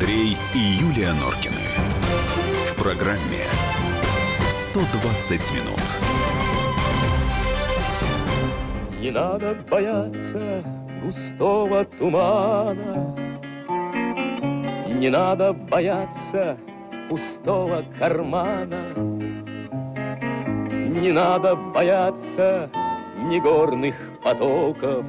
Андрей и Юлия Норкины. В программе «120 минут». Не надо бояться густого тумана, не надо бояться пустого кармана, не надо бояться ни горных потоков,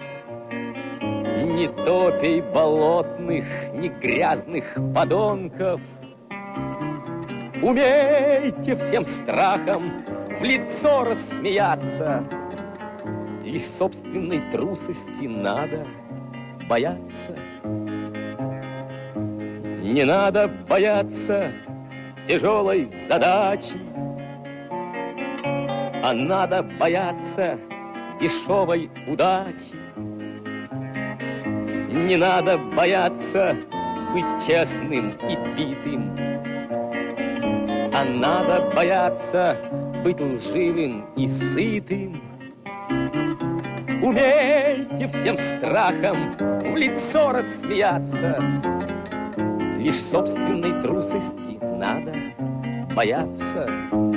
ни топей болотных, ни грязных подонков. Умейте всем страхом в лицо рассмеяться. Лишь собственной трусости надо бояться. Не надо бояться тяжелой задачи, а надо бояться дешевой удачи. Не надо бояться быть честным и битым, а надо бояться быть лживым и сытым. Умейте всем страхом в лицо рассмеяться. Лишь собственной трусости надо бояться.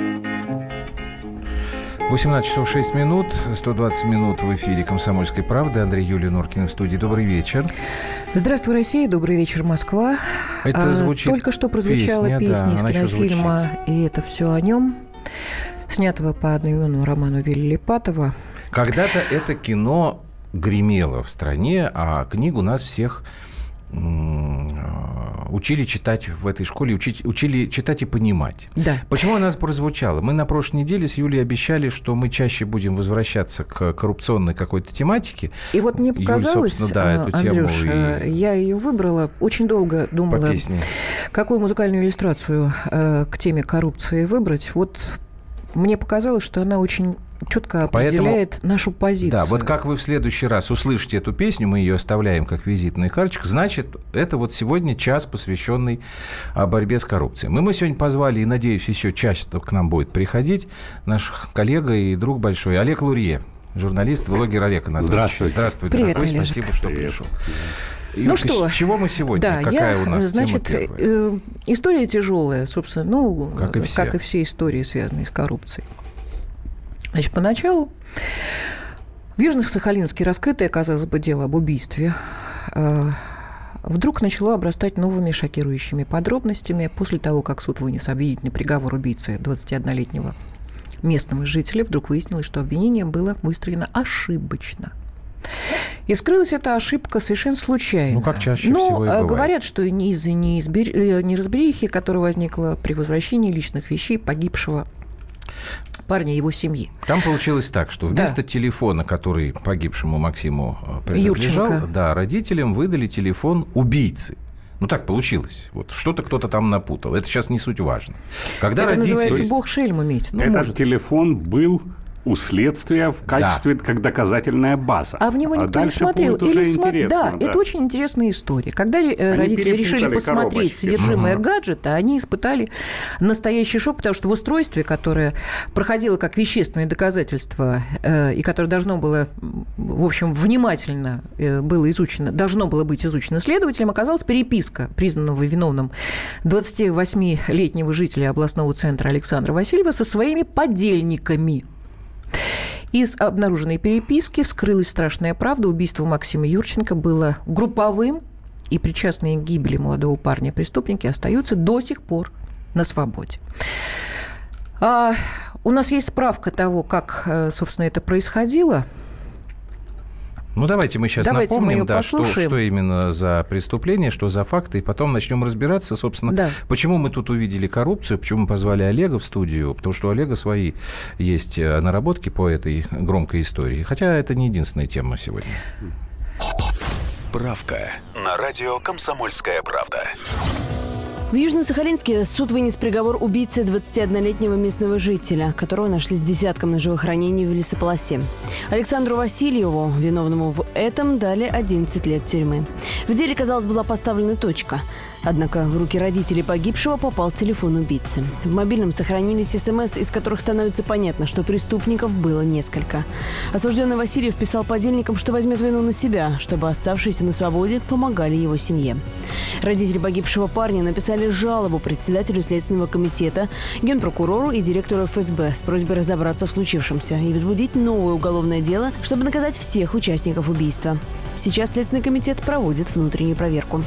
18 часов 6 минут, 120 минут в эфире «Комсомольской правды». Андрей, Юлия Норкина в студии. Добрый вечер. Здравствуй, Россия. Добрый вечер, Москва. Это звучит только что прозвучала песня из кинофильма «И это все о нем», снятого по одноименному роману Вилли Липатова. Когда-то это кино гремело в стране, а книгу нас всех учили читать в этой школе, учили читать и понимать. Да. Почему она прозвучала? Мы на прошлой неделе с Юлей обещали, что мы чаще будем возвращаться к коррупционной какой-то тематике. И вот мне показалось, Юль, да, эту Андрюш, я ее выбрала, очень долго думала, какую музыкальную иллюстрацию к теме коррупции выбрать. Вот мне показалось, что она очень четко определяет нашу позицию. Да, вот как вы в следующий раз услышите эту песню, мы ее оставляем как визитная карточка, значит, это вот сегодня час, посвященный борьбе с коррупцией. Мы сегодня позвали, и, надеюсь, еще часто к нам будет приходить, наш коллега и друг большой Олег Лурье, журналист, блогер Олег. Здравствуйте. Здравствуй, привет, дорогой, Олежек. спасибо, что пришел. Ну что, с чего мы сегодня? Да, какая у нас значит, тема первая? История тяжелая, собственно, как и все истории, связанные с коррупцией. Значит, поначалу в Южно-Сахалинске раскрытое, казалось бы, дело об убийстве вдруг начало обрастать новыми шокирующими подробностями после того, как суд вынес обвинительный приговор убийцы 21-летнего местного жителя. Вдруг выяснилось, что обвинение было выстроено ошибочно. И скрылась эта ошибка совершенно случайно. Ну, как чаще всего и бывает. Говорят, что из-за неразберихи, которая возникла при возвращении личных вещей погибшего парня и его семьи. Там получилось так, что вместо телефона, который погибшему Максиму принадлежал, родителям выдали телефон убийцы. Ну, так получилось. Вот что-то кто-то там напутал. Это сейчас не суть важно. Когда это родители... называется «Бог шельму метит». Этот телефон был у следствия в качестве как доказательная база. А в него никто не смотрел. Это очень интересная история. Когда родители решили посмотреть содержимое гаджета, они испытали настоящий шок, потому что в устройстве, которое проходило как вещественное доказательство и которое должно было, в общем, внимательно было изучено, должно было быть изучено следователем, оказалась переписка признанного виновным 28-летнего жителя областного центра Александра Васильева со своими подельниками. Из обнаруженной переписки вскрылась страшная правда. Убийство Максима Юрченко было групповым, и причастные к гибели молодого парня преступники остаются до сих пор на свободе. У нас есть справка того, как, собственно, это происходило. Ну, давайте мы сейчас напомним, что именно за преступление, что за факты, и потом начнем разбираться, собственно, почему мы тут увидели коррупцию, почему мы позвали Олега в студию, потому что у Олега свои есть наработки по этой громкой истории. Хотя это не единственная тема сегодня. Справка на радио «Комсомольская правда». В Южно-Сахалинске суд вынес приговор убийце 21-летнего местного жителя, которого нашли с десятком ножевых ранений в лесополосе. Александру Васильеву, виновному в этом, дали 11 лет тюрьмы. В деле, казалось, была поставлена точка. Однако в руки родителей погибшего попал телефон убийцы. В мобильном сохранились СМС, из которых становится понятно, что преступников было несколько. Осужденный Васильев писал подельникам, что возьмет вину на себя, чтобы оставшиеся на свободе помогали его семье. Родители погибшего парня написали жалобу председателю Следственного комитета, генпрокурору и директору ФСБ с просьбой разобраться в случившемся и возбудить новое уголовное дело, чтобы наказать всех участников убийства. Сейчас Следственный комитет проводит внутреннюю проверку.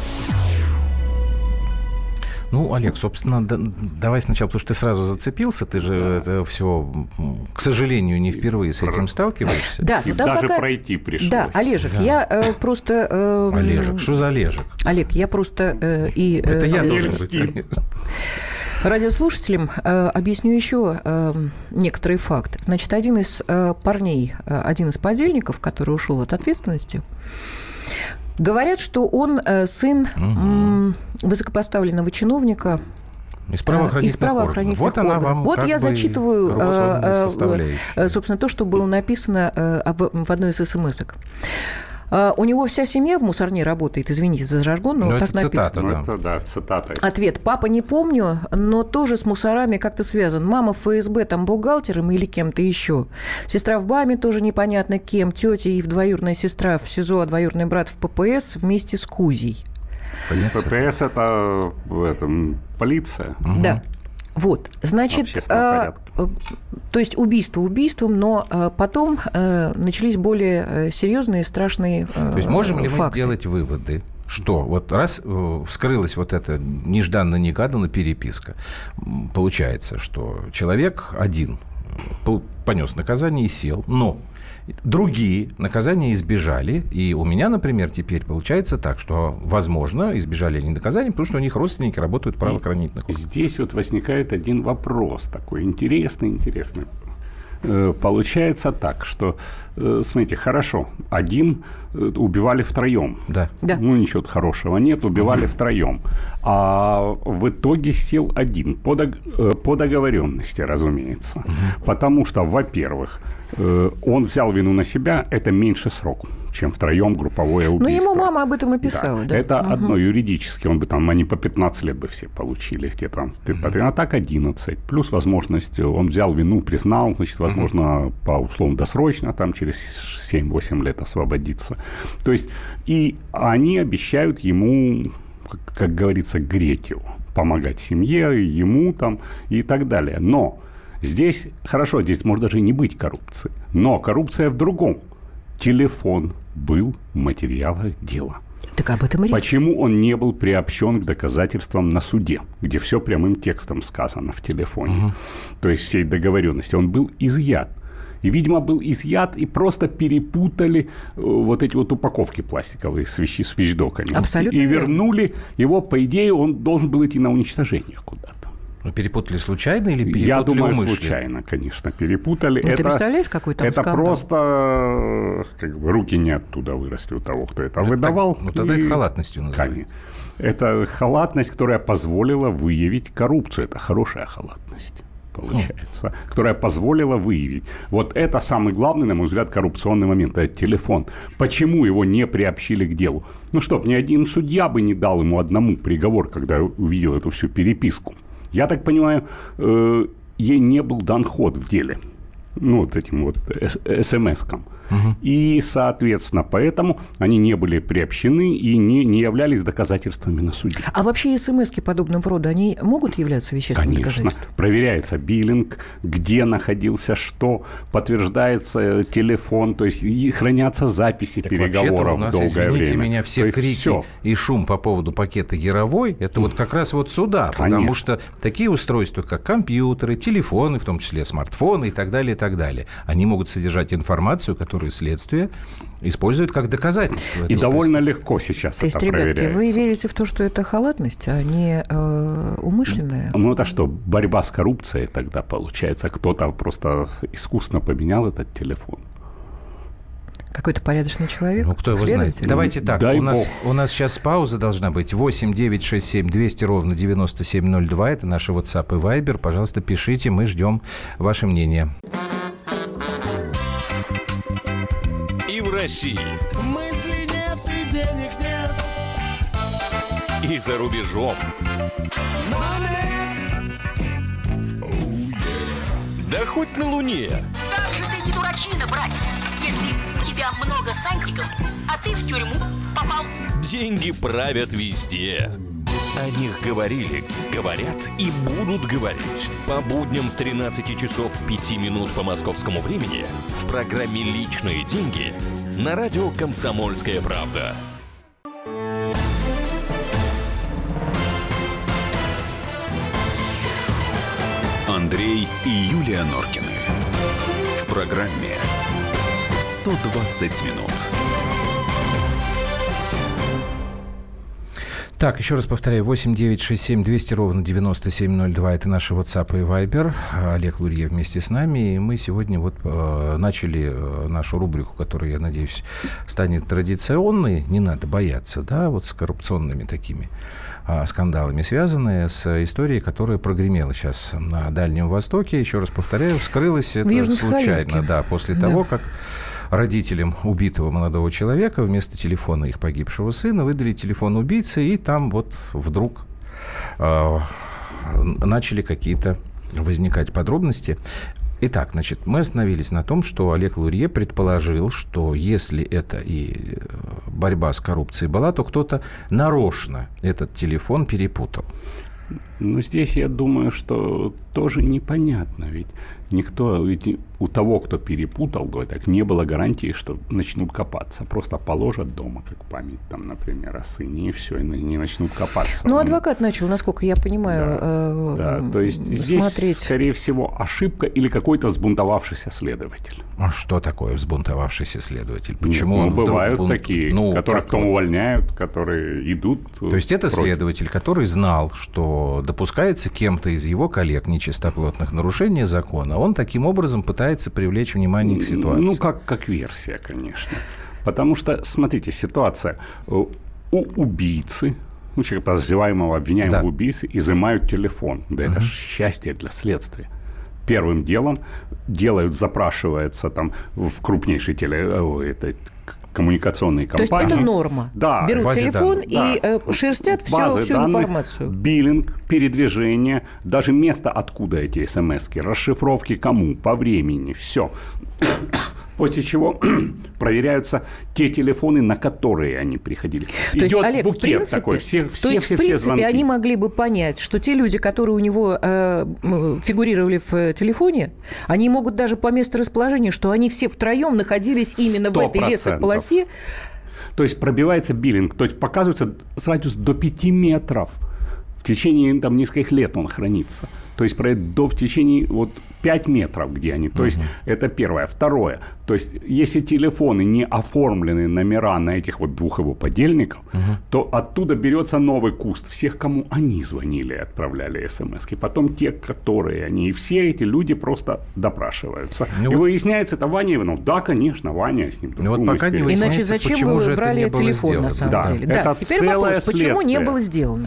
Ну, Олег, собственно, давай сначала, потому что ты сразу зацепился, ты же это все, к сожалению, не впервые с этим сталкиваешься. Да, и даже пройти пришлось. Да, Олежек, да. Я просто... Олежек, что за Олежек? Олег, я просто... Это я должен быть. Радиослушателям объясню еще некоторые факты. Значит, один из парней, один из подельников, который ушел от ответственности, говорят, что он сын высокопоставленного чиновника из правоохранительных вот органов. Она вам вот я зачитываю, собственно, то, что было написано в одной из смс-ок. У него вся семья в мусорне работает, извините за жаргон, но так написано. Цитата, да. Цитата. Ответ. Папа не помню, но тоже с мусорами как-то связан. Мама в ФСБ там бухгалтером или кем-то еще. Сестра в БАМе тоже непонятно кем. Тетя и двоюродная сестра в СИЗО, а двоюродный брат в ППС вместе с Кузей. ППС – это полиция. Да. Вот, значит, то есть убийство убийством, но потом начались более серьезные, страшные факты. То есть можем ли мы сделать выводы, что вот раз вскрылась вот эта нежданно-негаданно переписка, получается, что человек один понес наказание и сел, но другие наказания избежали. И у меня, например, теперь получается так, что, возможно, избежали они наказания, потому что у них родственники работают в правоохранительных органах. Здесь вот возникает один вопрос такой интересный. Получается так, что, смотрите, хорошо, один убивали втроем. Да. Ну, ничего хорошего нет, убивали втроем. А в итоге сел один, по договоренности, разумеется. Потому что, во-первых, он взял вину на себя, это меньше срок, чем втроем групповое убийство. Но ему мама об этом и писала. Да. Это одно юридически, они по 15 лет бы все получили, где-то, а так 11. Плюс возможность, он взял вину, признал, значит, возможно, по условно досрочно, там через 7-8 лет освободиться. То есть, и они обещают ему, как говорится, греть его, помогать семье, ему там и так далее. Но здесь, хорошо, здесь может даже и не быть коррупции, но коррупция в другом. Телефон был в материалах дела. Так об этом и речь. Почему он не был приобщен к доказательствам на суде, где все прямым текстом сказано в телефоне, то есть всей договоренности? Он был изъят. И, видимо, был изъят, и просто перепутали вот эти вот упаковки пластиковые с вещдоками. Абсолютно. И вернули его, по идее, он должен был идти на уничтожение куда-то. Ну, перепутали случайно или перепутали Я думаю, умышленно? Случайно, конечно, перепутали. Ну, ты представляешь, какой там это скандал? Просто руки не оттуда выросли у того, кто это выдавал. Тогда это халатностью называется. Это халатность, которая позволила выявить коррупцию. Это хорошая халатность, получается, которая позволила выявить. Вот это самый главный, на мой взгляд, коррупционный момент. Это телефон. Почему его не приобщили к делу? Ну, чтоб ни один судья бы не дал ему одному приговор, когда увидел эту всю переписку. Я так понимаю, ей не был дан ход в деле. Ну, вот этим вот СМС-кам. И, соответственно, поэтому они не были приобщены и не являлись доказательствами на суде. А вообще СМС-ки подобного рода, они могут являться вещественным доказательством? Конечно. Проверяется биллинг, где находился что, подтверждается телефон, то есть и хранятся записи так переговоров у нас, долгое время. Извините меня, все крики все. И шум по поводу пакета Яровой, это вот как раз вот сюда, конечно. Потому что такие устройства, как компьютеры, телефоны, в том числе смартфоны и так далее, они могут содержать информацию, которую следствие использует как доказательство. И довольно легко сейчас это проверяется. То есть, ребятки, вы верите в то, что это халатность, а не умышленная? Ну, это что, борьба с коррупцией тогда получается? Кто-то просто искусно поменял этот телефон. какой-то порядочный человек. Ну, кто его знает. Давайте так, у нас сейчас пауза должна быть. 8 9 6 7 200 ровно 9702. Это наши WhatsApp и Viber. Пожалуйста, пишите, мы ждем ваше мнение. И в России. Мысли нет и денег нет. И за рубежом. Да хоть на Луне. Как же ты не дурачина, братец, если у тебя много сантиков, а ты в тюрьму попал. Деньги правят везде. О них говорили, говорят и будут говорить. По будням с 13 часов 5 минут по московскому времени в программе «Личные деньги» на радио «Комсомольская правда». Андрей и Юлия Норкины. В программе «120 минут». Так, еще раз повторяю, 8 9 6 7 200 ровно 9702. Это наши WhatsApp и Viber. Олег Лурье вместе с нами. И мы сегодня начали нашу рубрику, которая, я надеюсь, станет традиционной. Не надо бояться, да, вот с коррупционными такими скандалами, связанные с историей, которая прогремела сейчас на Дальнем Востоке. Еще раз повторяю, вскрылось это случайно, да, после того, как родителям убитого молодого человека вместо телефона их погибшего сына выдали телефон убийцы, и там вот вдруг начали какие-то возникать подробности. Итак, значит, мы остановились на том, что Олег Лурье предположил, что если это и борьба с коррупцией была, то кто-то нарочно этот телефон перепутал. Ну, здесь, я думаю, что тоже непонятно, ведь у того, кто перепутал, так не было гарантии, что начнут копаться. Просто положат дома, как память, там, например, о сыне, и все, и не начнут копаться. Ну, адвокат начал, насколько я понимаю, то есть здесь, скорее всего, ошибка или какой-то взбунтовавшийся следователь. А что такое взбунтовавшийся следователь? Почему бывают такие, которых потом увольняют, которые идут. То есть это следователь, который знал, что допускается кем-то из его коллег нечистоплотных нарушений закона. Он таким образом пытается привлечь внимание к ситуации. Ну, как версия, конечно. Потому что, смотрите, ситуация. У убийцы, человека подозреваемого, обвиняемого убийцы, изымают телефон. Да это счастье для следствия. Первым делом запрашивается там в крупнейшей коммуникационные компании. То есть это норма. Да. Берут телефон и шерстят всю информацию. Биллинг, передвижение, даже место, откуда эти смс-ки, расшифровки кому, по времени, все. После чего проверяются те телефоны, на которые они приходили. То есть, Олег, в принципе, они могли бы понять, что те люди, которые у него фигурировали в телефоне, они могут даже по месту расположения, что они все втроем находились именно 100%. В этой лесополосе. То есть пробивается биллинг, то есть показывается радиус до 5 метров. В течение нескольких лет он хранится. То есть в течение 5 метров, где они. То есть это первое. Второе. То есть если телефоны не оформлены, номера на этих двух его подельников, то оттуда берется новый куст всех, кому они звонили и отправляли смс-ки. Потом те, которые они. И все эти люди просто допрашиваются. И выясняется, это Ваня Иванов. Да, конечно, Ваня с ним. Пока не выясняется, иначе зачем вы брали телефон, на самом деле? Да, теперь вопрос, почему не было сделано?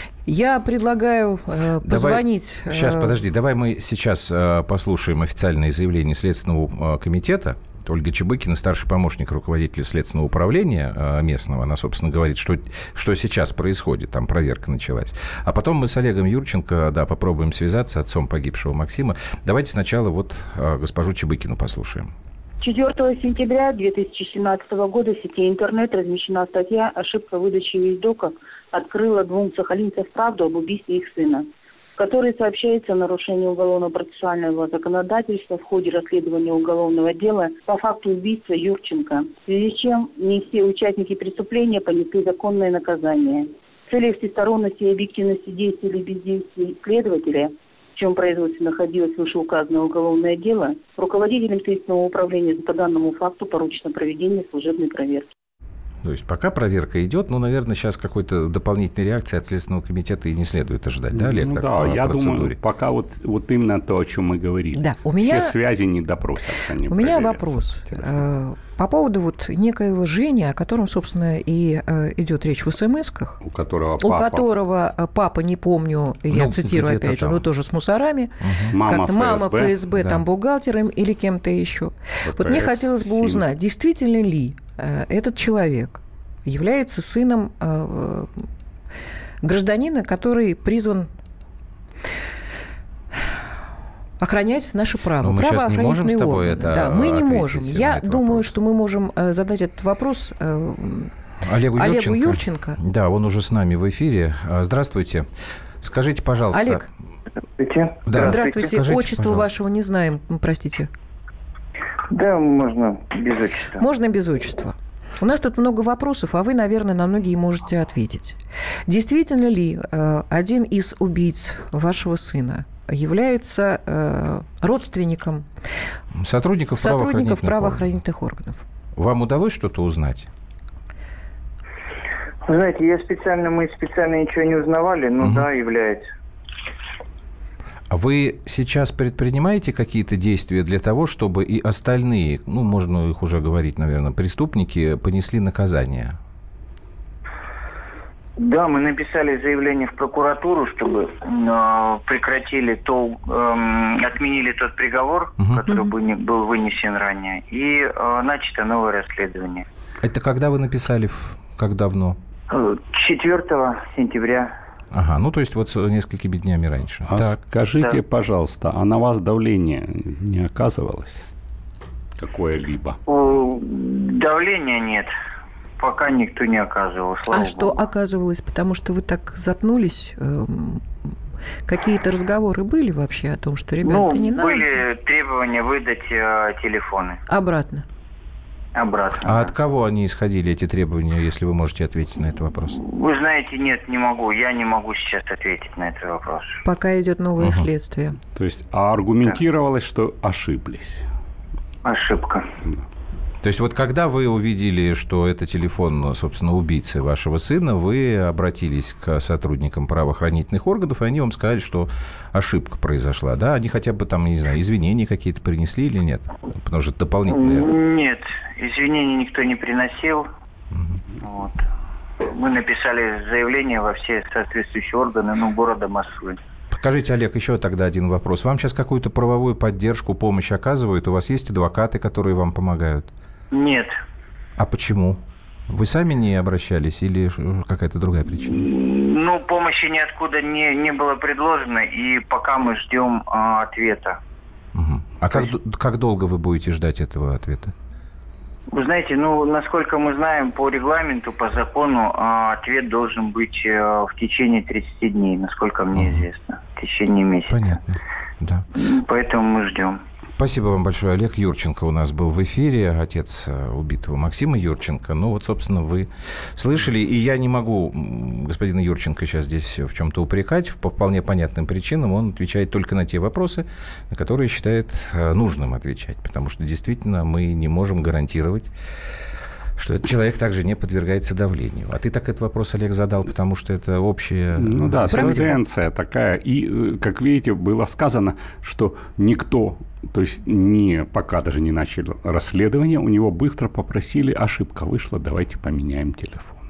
Я предлагаю позвонить... Сейчас, подожди, давай мы сейчас послушаем официальное заявление Следственного комитета. Ольга Чебыкина, старший помощник руководителя Следственного управления местного, она, собственно, говорит, что сейчас происходит, там проверка началась. А потом мы с Олегом Юрченко, попробуем связаться, отцом погибшего Максима. Давайте сначала госпожу Чебыкину послушаем. 4 сентября 2017 года в сети интернет размещена статья «Ошибка выдачи вещдока открыла двум сахалинцев правду об убийстве их сына», в которой сообщается о нарушении уголовно-процессуального законодательства в ходе расследования уголовного дела по факту убийства Юрченко, в связи с чем не все участники преступления понесли законное наказание. В целях всесторонности и объективности действий или бездействий следователя, в чем производстве находилось вышеуказанное уголовное дело, руководителям Следственного управления по данному факту поручено проведение служебной проверки. То есть пока проверка идет, наверное, сейчас какой-то дополнительной реакции от Следственного комитета и не следует ожидать, да, Олег? Я думаю, пока вот именно то, о чем мы говорили. Да, все связи не допросятся. У меня вопрос. По поводу вот некоего Жени, о котором, собственно, и идет речь в СМС-ках. У которого папа, не помню, я цитирую опять же, но тоже с мусорами. Мама ФСБ, там бухгалтером или кем-то еще. Вот мне хотелось бы узнать, действительно ли этот человек является сыном гражданина, который призван охранять наше право. Мы сейчас не можем с тобой это мы не можем. Я думаю, что мы можем задать этот вопрос Олегу Юрченко. Да, он уже с нами в эфире. Здравствуйте. Скажите, пожалуйста. Олег. Здравствуйте. Да. Здравствуйте. Скажите, отчество пожалуйста. вашего не знаем, простите. Да, можно без отчества. Можно без отчества. У нас тут много вопросов, а вы, наверное, на многие можете ответить. Действительно ли один из убийц вашего сына является родственником сотрудников правоохранительных органов? Вам удалось что-то узнать? Вы знаете, мы специально ничего не узнавали, но да, является. А вы сейчас предпринимаете какие-то действия для того, чтобы и остальные, можно их уже говорить, наверное, преступники понесли наказание? Да, мы написали заявление в прокуратуру, чтобы отменили тот приговор, который был вынесен ранее, и начато новое расследование. Это когда вы написали? Как давно? 4 сентября. Ага, то есть вот несколькими днями раньше. Скажите, пожалуйста, а на вас давление не оказывалось? Какое-либо? Давления нет. Пока никто не оказывал. Слава Богу. Что оказывалось? Потому что вы так запнулись. Какие-то разговоры были вообще о том, что ребята не надо? Были требования выдать телефоны. Обратно. А от кого они исходили, эти требования, если вы можете ответить на этот вопрос? Вы знаете, нет, не могу. Я не могу сейчас ответить на этот вопрос. Пока идет новое следствие. То есть аргументировалось, что ошиблись? Ошибка. Да. То есть вот когда вы увидели, что это телефон, собственно, убийцы вашего сына, вы обратились к сотрудникам правоохранительных органов, и они вам сказали, что ошибка произошла, да? Они хотя бы там, не знаю, извинения какие-то принесли или нет? Потому что это дополнительные... Нет, извинений никто не приносил. Вот. Мы написали заявление во все соответствующие органы города Москвы. Скажите, Олег, еще тогда один вопрос. Вам сейчас какую-то правовую поддержку, помощь оказывают? У вас есть адвокаты, которые вам помогают? Нет. А почему? Вы сами не обращались или какая-то другая причина? Помощи ниоткуда не было предложено, и пока мы ждем ответа. А как долго вы будете ждать этого ответа? Вы знаете, насколько мы знаем, по регламенту, по закону, ответ должен быть в течение 30 дней, насколько мне известно, в течение месяца. Понятно, да. Поэтому мы ждем. Спасибо вам большое. Олег Юрченко у нас был в эфире, отец убитого Максима Юрченко. Собственно, вы слышали, и я не могу господина Юрченко сейчас здесь в чем-то упрекать, по вполне понятным причинам. Он отвечает только на те вопросы, на которые считает нужным отвечать, потому что действительно мы не можем гарантировать, что этот человек также не подвергается давлению. А ты так этот вопрос, Олег, задал, потому что это общая... тенденция такая. И, как видите, было сказано, что никто, то есть пока даже не начали расследование, у него быстро попросили, ошибка вышла, давайте поменяем телефоны.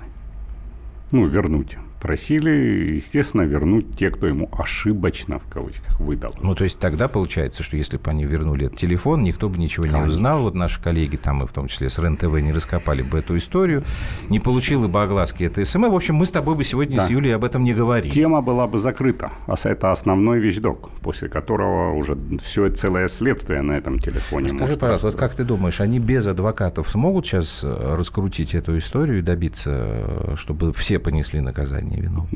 Вернуть. Просили, естественно, вернуть те, кто ему ошибочно, в кавычках, выдал. То есть тогда получается, что если бы они вернули этот телефон, никто бы ничего не узнал. Вот наши коллеги, там, и в том числе с РЕН-ТВ, не раскопали бы эту историю, не получила бы огласки этой СМ. В общем, мы с тобой бы сегодня с Юлией об этом не говорили. Тема была бы закрыта. Это основной вещдок, после которого уже все целое следствие на этом телефоне. Скажи, пожалуйста, как ты думаешь, они без адвокатов смогут сейчас раскрутить эту историю и добиться, чтобы все понесли наказание? Вину?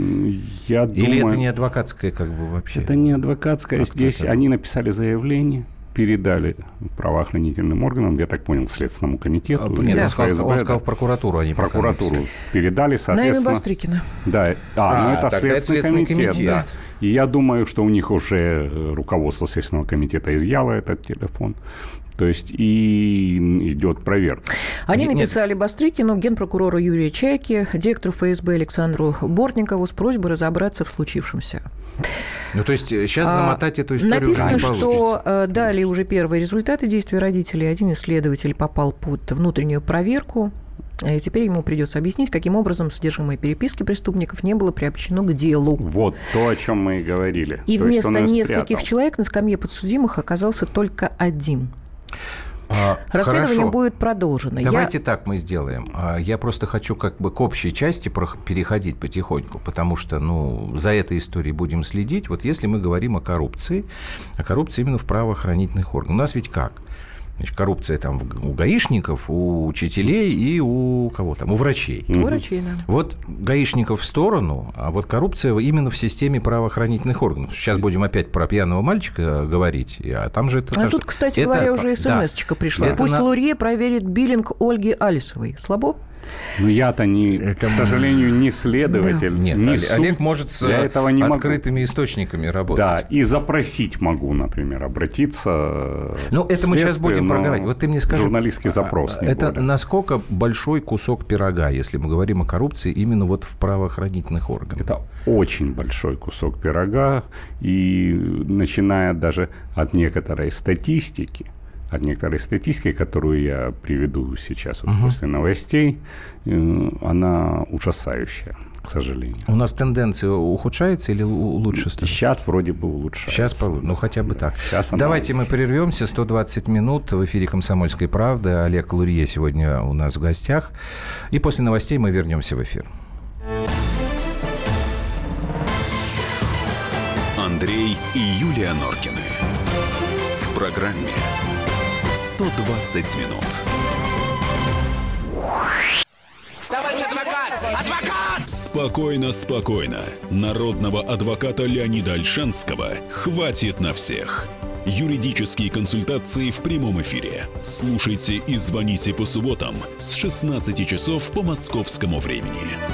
Я думаю, или это не адвокатское вообще? Это не адвокатское. Здесь они написали заявление, передали правоохранительным органам, я так понял, Следственному комитету. Нет, он сказал в прокуратуру. Они прокуратуру передали, соответственно... На имя Бастрыкина. Да, это Следственный комитет. Да. И я думаю, что у них уже руководство Следственного комитета изъяло этот телефон. То есть и ведет проверку. Они написали Бастрыкину, генпрокурору Юрию Чайке, директору ФСБ Александру Бортникову с просьбой разобраться в случившемся. Ну, то есть сейчас замотать эту историю уже не получится. Написано, что дали уже первые результаты действий родителей. Один исследователь попал под внутреннюю проверку. И теперь ему придется объяснить, каким образом содержимое переписки преступников не было приобщено к делу. Вот то, о чем мы и говорили. И вместо нескольких человек на скамье подсудимых оказался только один. Расследование Хорошо. будет продолжено. Давайте так мы сделаем. Я просто хочу как бы к общей части переходить потихоньку, потому что, за этой историей будем следить. Вот если мы говорим о коррупции именно в правоохранительных органах. У нас ведь как? Значит, коррупция там у гаишников, у учителей и у кого там? У врачей. У врачей, да. Вот гаишников в сторону, а вот коррупция именно в системе правоохранительных органов. Сейчас будем опять про пьяного мальчика говорить, а там же это... тут, кстати говоря, уже смс-очка пришла. Пусть Лурье проверит биллинг Ольги Алисовой. Слабо? Я-то, к сожалению, не следователь, да. Нет, не суд. Олег может с открытыми источниками работать. Да, и запросить могу, например, обратиться. Это мы сейчас будем проговаривать. Вот ты мне скажи. Журналистский запрос. Это насколько большой кусок пирога, если мы говорим о коррупции именно вот в правоохранительных органах? Это очень большой кусок пирога, и начиная даже от некоторой статистики, которую я приведу сейчас после новостей, она ужасающая, к сожалению. У нас тенденция ухудшается или лучше становится? Сейчас вроде бы улучшается. Сейчас, хотя бы так. Давайте мы прервемся. 120 минут в эфире «Комсомольской правды». Олег Лурье сегодня у нас в гостях. И после новостей мы вернемся в эфир. Андрей и Юлия Норкины. В программе 120 минут. Товарищ адвокат! Адвокат! Спокойно, спокойно. Народного адвоката Леонида Ольшанского хватит на всех. Юридические консультации в прямом эфире. Слушайте и звоните по субботам с 16 часов по московскому времени.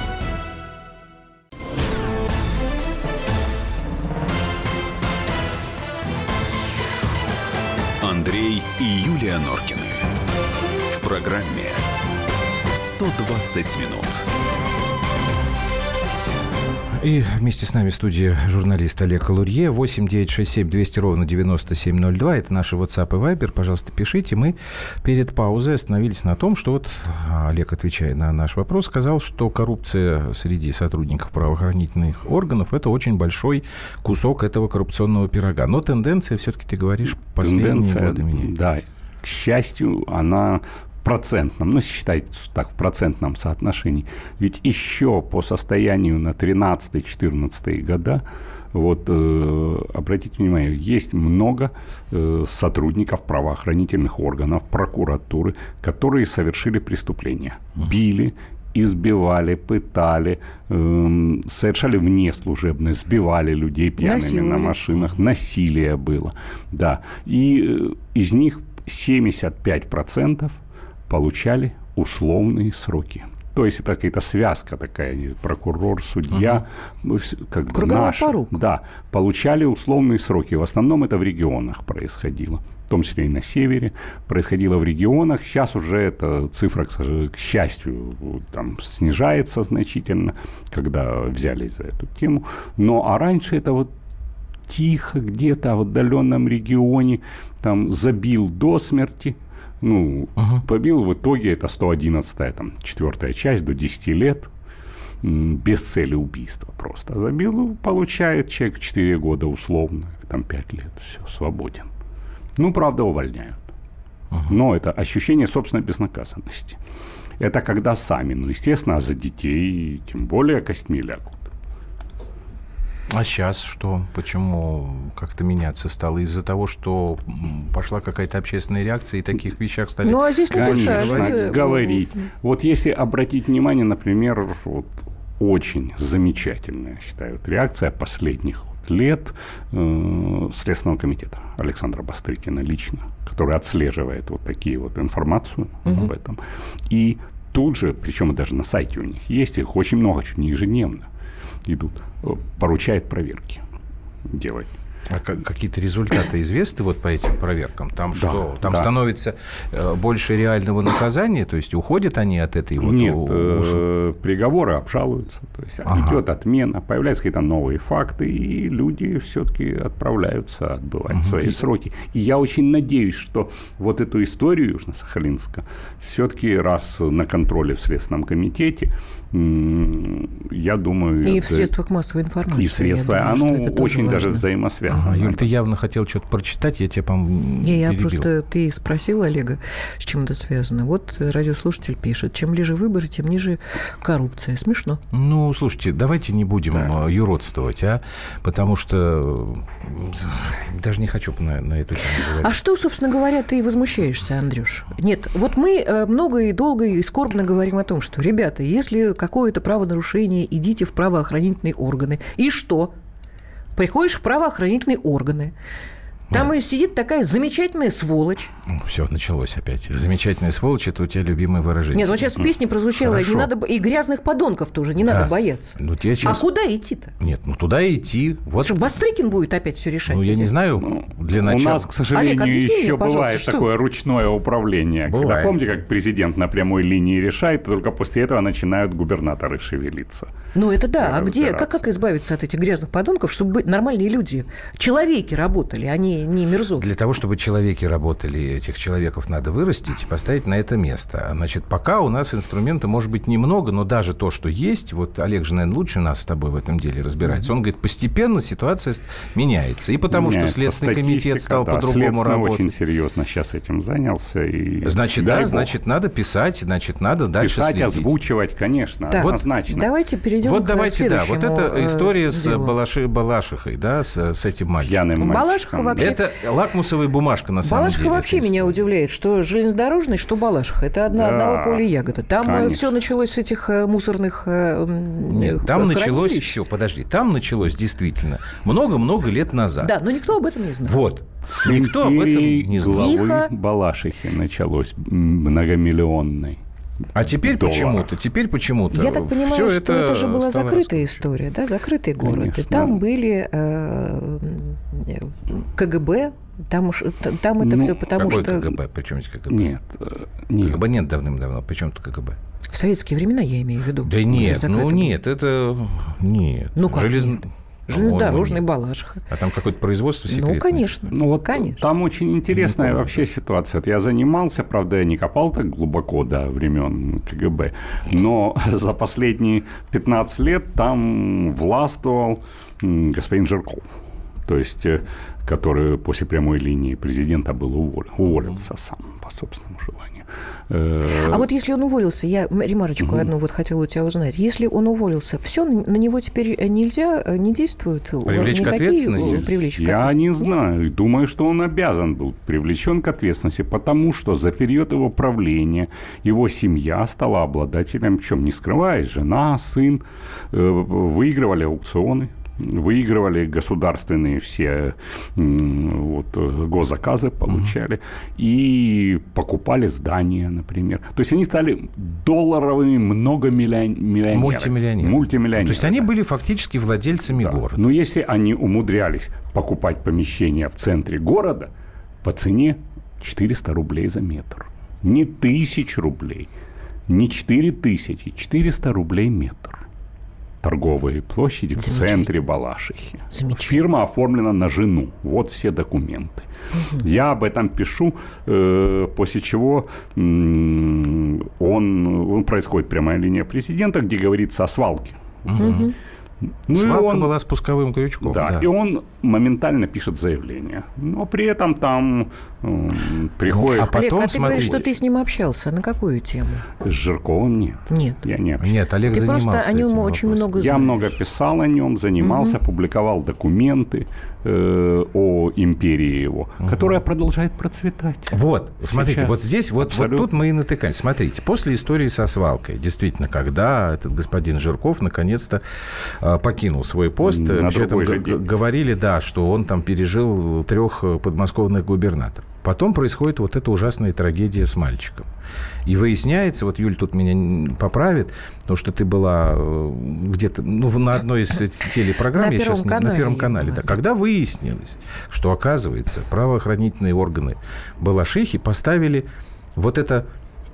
Андрей и Юлия Норкины. В программе 120 минут. И вместе с нами в студии журналист Олег Лурье. 8-967-200-97-02. Это наши WhatsApp и Viber. Пожалуйста, пишите. Мы перед паузой остановились на том, что Олег, отвечая на наш вопрос, сказал, что коррупция среди сотрудников правоохранительных органов – это очень большой кусок этого коррупционного пирога. Но тенденция, все-таки ты говоришь, последние годы меняется. Да, к счастью, она... процентном, считайте так, в процентном соотношении. Ведь еще по состоянию на 13-14 года, обратите внимание, есть много сотрудников правоохранительных органов, прокуратуры, которые совершили преступления. Били, избивали, пытали, совершали внеслужебное, сбивали людей пьяными на машинах. Насилие было. Да. И из них 75% получали условные сроки. То есть это какая-то связка такая, прокурор, судья, как бы наши, да, получали условные сроки. В основном это в регионах происходило, в том числе и на севере, происходило в регионах. Сейчас уже эта цифра, к счастью, там снижается значительно, когда взялись за эту тему. А раньше это тихо где-то в отдаленном регионе там забил до смерти. Побил, в итоге это 111-я, 4-я часть, до 10 лет, без цели убийства просто. Забил, получает человек 4 года условно, 5 лет, все, свободен. Правда, увольняют. Но это ощущение собственной безнаказанности. Это когда сами, естественно, а за детей тем более костьми лягут. А сейчас что? Почему как-то меняться стало? Из-за того, что пошла какая-то общественная реакция, и таких вещах стали... а здесь конечно, говорить. Если обратить внимание, например, очень замечательная, я считаю, реакция последних лет Следственного комитета Александра Бастрыкина лично, который отслеживает такие информацию об этом. И тут же, причем даже на сайте у них есть, их очень много, чуть не ежедневно идут, поручает проверки делать. А какие-то результаты известны вот по этим проверкам? Там что? Там становится больше реального наказания? То есть уходят они от этой вот... Нет, приговоры обжалуются. То есть идет отмена, появляются какие-то новые факты, и люди все-таки отправляются отбывать свои сроки. И я очень надеюсь, что вот эту историю Южно-Сахалинска все-таки раз на контроле в Следственном комитете, я думаю... И в средствах массовой информации. И средства. Оно очень даже взаимосвязано. Юль, ты явно хотел что-то прочитать, я тебя, по-моему, перебил. Просто... Ты спросил Олега, с чем это связано. Вот радиослушатель пишет, чем ближе выборы, тем ниже коррупция. Смешно. Ну, слушайте, давайте не будем юродствовать, потому что даже не хочу на эту тему говорить. А что, собственно говоря, ты возмущаешься, Андрюш? Нет, вот мы много и долго и скорбно говорим о том, что, ребята, если какое-то правонарушение, идите в правоохранительные органы. И что? Приходишь в правоохранительные органы. Там сидит такая замечательная сволочь. Все, началось опять. Замечательная сволочь – это у тебя любимое выражение. Нет, вот сейчас в песне прозвучало, не надо, и грязных подонков тоже не надо бояться. Ну, сейчас... А куда идти-то? Нет, туда и идти. Вот. Что, Бастрыкин будет опять все решать? Ну, я не знаю, для начала. У нас, к сожалению, Олег, еще бывает такое ручное управление. Бывает. Когда, помните, как президент на прямой линии решает, и только после этого начинают губернаторы шевелиться. Ну, это да. А где, как избавиться от этих грязных подонков, чтобы нормальные люди, человеки работали, они не мерзотки? Для того, чтобы человеки работали, этих человеков надо вырастить и поставить на это место. Значит, пока у нас инструмента может быть немного, но даже то, что есть, вот Олег же, наверное, лучше нас с тобой в этом деле разбирается. Он говорит, постепенно ситуация меняется. И потому что Следственный комитет стал по-другому работать. Очень серьезно сейчас этим занялся. И значит, значит, надо писать, значит, надо дальше писать, следить. озвучивать, конечно, так, однозначно. Давайте перейдем вот к давайте, следующему вот эта история делу. с Балашихой, да, с этим мальчиком. Пьяным мальчиком. Вообще... Это лакмусовая бумажка, на самом деле. Балашиха вообще меня удивляет, что железнодорожный, что Балашиха. Это одного поля ягода. Там все началось с этих мусорных Нет, там началось все, подожди, там началось действительно много-много лет назад. Да, но никто об этом не знает. Вот. Никто об этом не знал. Главы Балашихи началось многомиллионной. А теперь почему-то, Я так понимаю, что это же была закрытая история, да, закрытый город. Конечно. И там были КГБ, там это все потому, какой что... КГБ? Причем здесь КГБ? Нет. КГБ нет давным-давно. Причем тут КГБ? В советские времена, я имею в виду. Да нет, нет, это... Нет. Ну как Железнодорожный Балашиха. А там какое-то производство секретное? Ну, конечно. Конечно. Там очень интересная вообще ситуация. Вот я занимался, правда, я не копал так глубоко до времен КГБ, но за последние 15 лет там властвовал господин Жирков. То есть, который после прямой линии президента был уволился сам по собственному желанию. А вот если он уволился, я ремарочку одну вот хотела у тебя узнать. Если он уволился, все, на него теперь нельзя, не действует? Привлечь к ответственности? Я не знаю. Думаю, что он обязан был привлечен к ответственности, потому что за период его правления его семья стала обладателем, причем не скрываясь, жена, сын, выигрывали аукционы. Выигрывали государственные все госзаказы, получали, и покупали здания, например. То есть они стали долларовыми многомиллионерами. Мультимиллионерами. То есть они были фактически владельцами города. Но если они умудрялись покупать помещения в центре города по цене 400 рублей за метр. Не 1000 рублей, не 4000, 400 рублей метр. Торговые площади в центре Балашихи. Фирма оформлена на жену. Вот все документы. Я об этом пишу, после чего происходит прямая линия президента, где говорится о свалке. Свалка была спусковым крючком. Да, и он моментально пишет заявление. Но при этом там приходит... А потом, Олег, ты говоришь, что ты с ним общался. На какую тему? С Жирковым нет. Нет. Я не общался. Нет, Олег занимался просто о нем очень много знаешь. Я много писал о нем, занимался, публиковал документы о империи его, которая продолжает процветать. Вот, смотрите, вот здесь, вот тут мы и натыкаемся. Смотрите, после истории со свалкой, действительно, когда этот господин Жирков наконец-то покинул свой пост, при этом говорили, да, что он там пережил 3 подмосковных губернаторов. Потом происходит вот эта ужасная трагедия с мальчиком. И выясняется, вот Юль тут меня поправит, потому что ты была где-то на одной из телепрограмм, на Первом канале, да, когда выяснилось, что, оказывается, правоохранительные органы Балашихи поставили вот это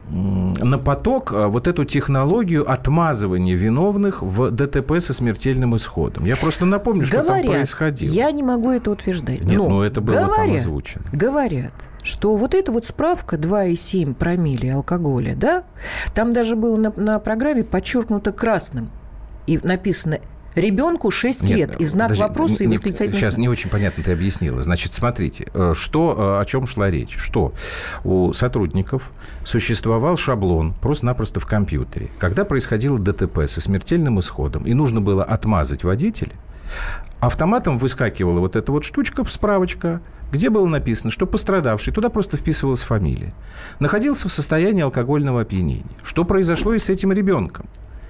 на поток вот эту технологию отмазывания виновных в ДТП со смертельным исходом. Я просто напомню, что там происходило. Я не могу это утверждать. Нет, но это было там озвучено. Говорят, что вот эта вот справка 2,7 промилле алкоголя, да, там даже было на программе подчеркнуто красным и написано «Ребенку 6 лет». И знак вопроса, и восклицательный знак. Сейчас не очень понятно ты объяснила. Значит, смотрите, о чем шла речь. Что у сотрудников существовал шаблон просто-напросто в компьютере. Когда происходило ДТП со смертельным исходом, и нужно было отмазать водителя, автоматом выскакивала вот эта вот штучка, справочка, где было написано, что пострадавший, туда просто вписывалась фамилия, находился в состоянии алкогольного опьянения. Что произошло и с этим ребенком?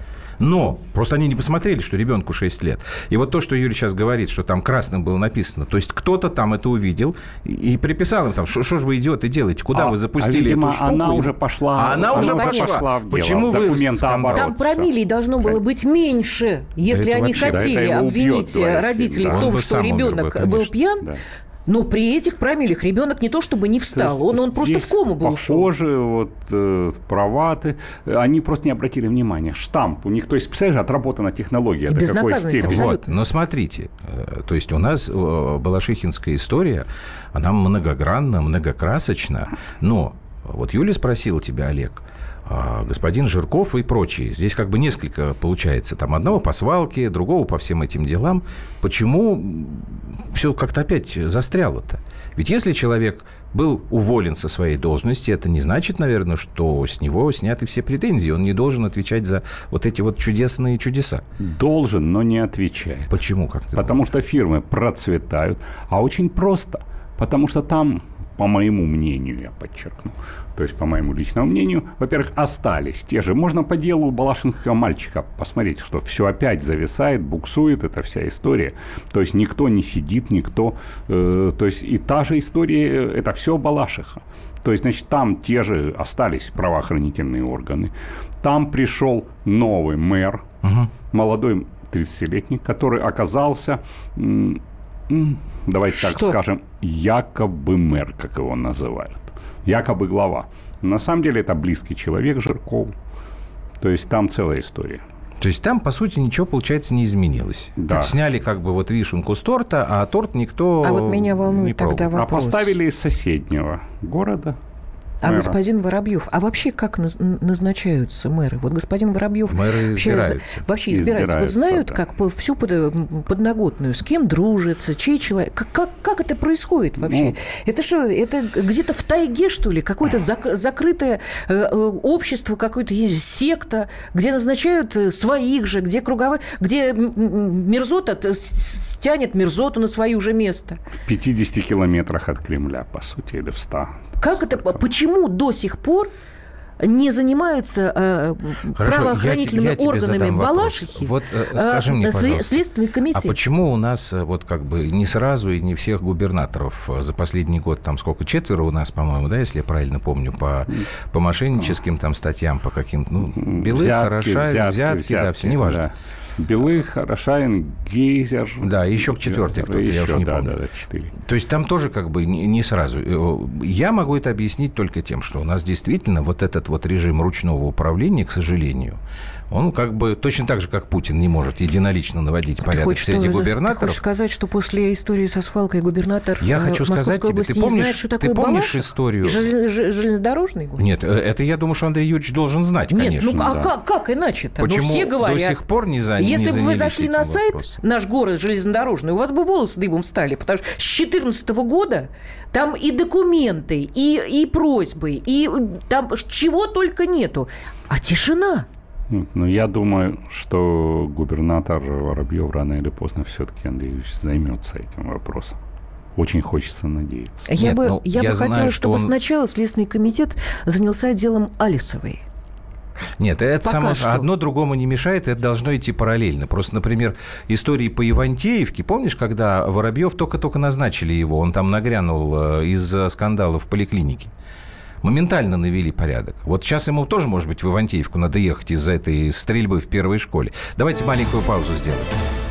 Но просто они не посмотрели, что ребенку 6 лет. И вот то, что Юрий сейчас говорит, что там красным было написано, то есть кто-то там это увидел и приписал им там, что ж вы, идиоты, делаете, куда вы запустили эту штуку? Она уже пошла. Она уже пошла. Почему вы там промилле должно было быть меньше, если они хотели обвинить родителей в том, что ребенок был пьян. Но при этих промиллях ребенок не то чтобы не встал, он просто в кому был ушел. Похоже, права, они просто не обратили внимания. Штамп у них, то есть, представляешь, отработана технология до какой степени. Вот, но смотрите, то есть у нас балашихинская история, она многогранна, многокрасочна, но вот Юля спросила тебя, Олег, господин Жирков и прочие. Здесь как бы несколько получается. Там одного по свалке, другого по всем этим делам. Почему все как-то опять застряло-то? Ведь если человек был уволен со своей должности, это не значит, наверное, что с него сняты все претензии. Он не должен отвечать за вот эти вот чудесные чудеса. Должен, но не отвечает. Почему? Потому что фирмы процветают. А очень просто. Потому что там, по моему мнению, я подчеркну, то есть, по моему личному мнению, во-первых, остались те же. Можно по делу балашинского мальчика посмотреть, что все опять зависает, буксует, эта вся история. То есть, никто не сидит, никто... то есть, и та же история, это все Балашиха. То есть, значит, там те же остались правоохранительные органы. Там пришел новый мэр, молодой 30-летний, который оказался... давайте так скажем, якобы мэр, как его называют. Якобы глава. На самом деле это близкий человек Жиркову. То есть там целая история. То есть там, по сути, ничего, получается, не изменилось. Да. Так, сняли как бы вот вишенку с торта, а торт никто не вот меня волнует тогда вопрос. А поставили из соседнего города. А господин Воробьев, а вообще как назначаются мэры? Вот господин Воробьев... Мэры избираются. Вообще избираются. Вот знают, как всю подноготную, с кем дружится, чей человек. Как это происходит вообще? Это что, это где-то в тайге, что ли? Какое-то закрытое общество, какое-то есть секта, где назначают своих же, где круговая... Где мерзота тянет мерзоту на свое же место. В 50 километрах от Кремля, по сути, или в 100. Как это? Почему до сих пор не занимаются правоохранительными органами Балашихи, вот, скажи мне, пожалуйста, Следственный комитет? А почему у нас вот как бы не сразу и не всех губернаторов за последний год, там сколько, 4 у нас, по-моему, да, если я правильно помню, по мошенническим там статьям, по каким-то, Белых, Хорошавин, взятки, да, все, неважно. Да. Белых, Хорошавин, Гейзер. Да, еще к 4-й кто-то, я уже не помню. Да, 4. То есть там тоже как бы не сразу. Я могу это объяснить только тем, что у нас действительно вот этот вот режим ручного управления, к сожалению, он как бы точно так же, как Путин, не может единолично наводить порядок среди губернаторов. Ты хочешь сказать, что после истории со свалкой губернатор Московской области не знает, что такое помнишь историю? Железнодорожный город? Нет, это я думаю, что Андрей Юрьевич должен знать, конечно. Нет, как иначе-то? Почему все говорят, до сих пор не занялись если бы вы зашли на сайт вопросом. «Наш город железнодорожный», у вас бы волосы дыбом встали, потому что с 2014 года там и документы, и просьбы, и там чего только нету. А тишина. Ну, я думаю, что губернатор Воробьев рано или поздно все-таки, Андрей Ильич, займется этим вопросом. Очень хочется надеяться. Я бы хотела, чтобы сначала Следственный комитет занялся делом Алисовой. Нет, это само, одно другому не мешает, это должно идти параллельно. Просто, например, истории по Ивантеевке, помнишь, когда Воробьев только-только назначили его, он там нагрянул из-за скандала в поликлинике? Моментально навели порядок. Вот сейчас ему тоже, может быть, в Ивантеевку надо ехать из-за этой стрельбы в первой школе. Давайте маленькую паузу сделаем.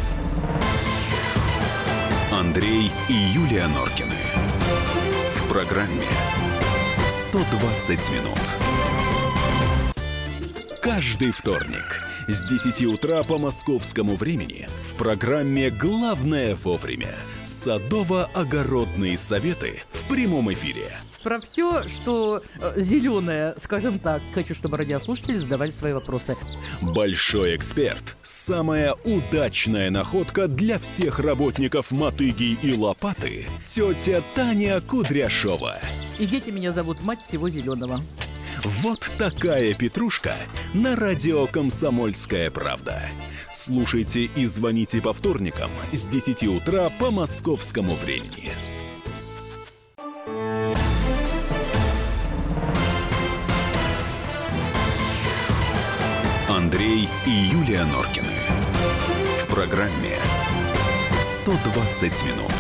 Андрей и Юлия Норкины. В программе «120 минут». Каждый вторник с 10 утра по московскому времени в программе «Главное вовремя» садово-огородные советы в прямом эфире. Про все, что зеленое, скажем так, хочу, чтобы радиослушатели задавали свои вопросы. Большой эксперт. Самая удачная находка для всех работников мотыги и лопаты. Тетя Таня Кудряшова. И дети меня зовут мать всего зеленого. Вот такая петрушка на радио «Комсомольская правда». Слушайте и звоните по вторникам с 10 утра по московскому времени. Андрей и Юлия Норкины. В программе «120 минут».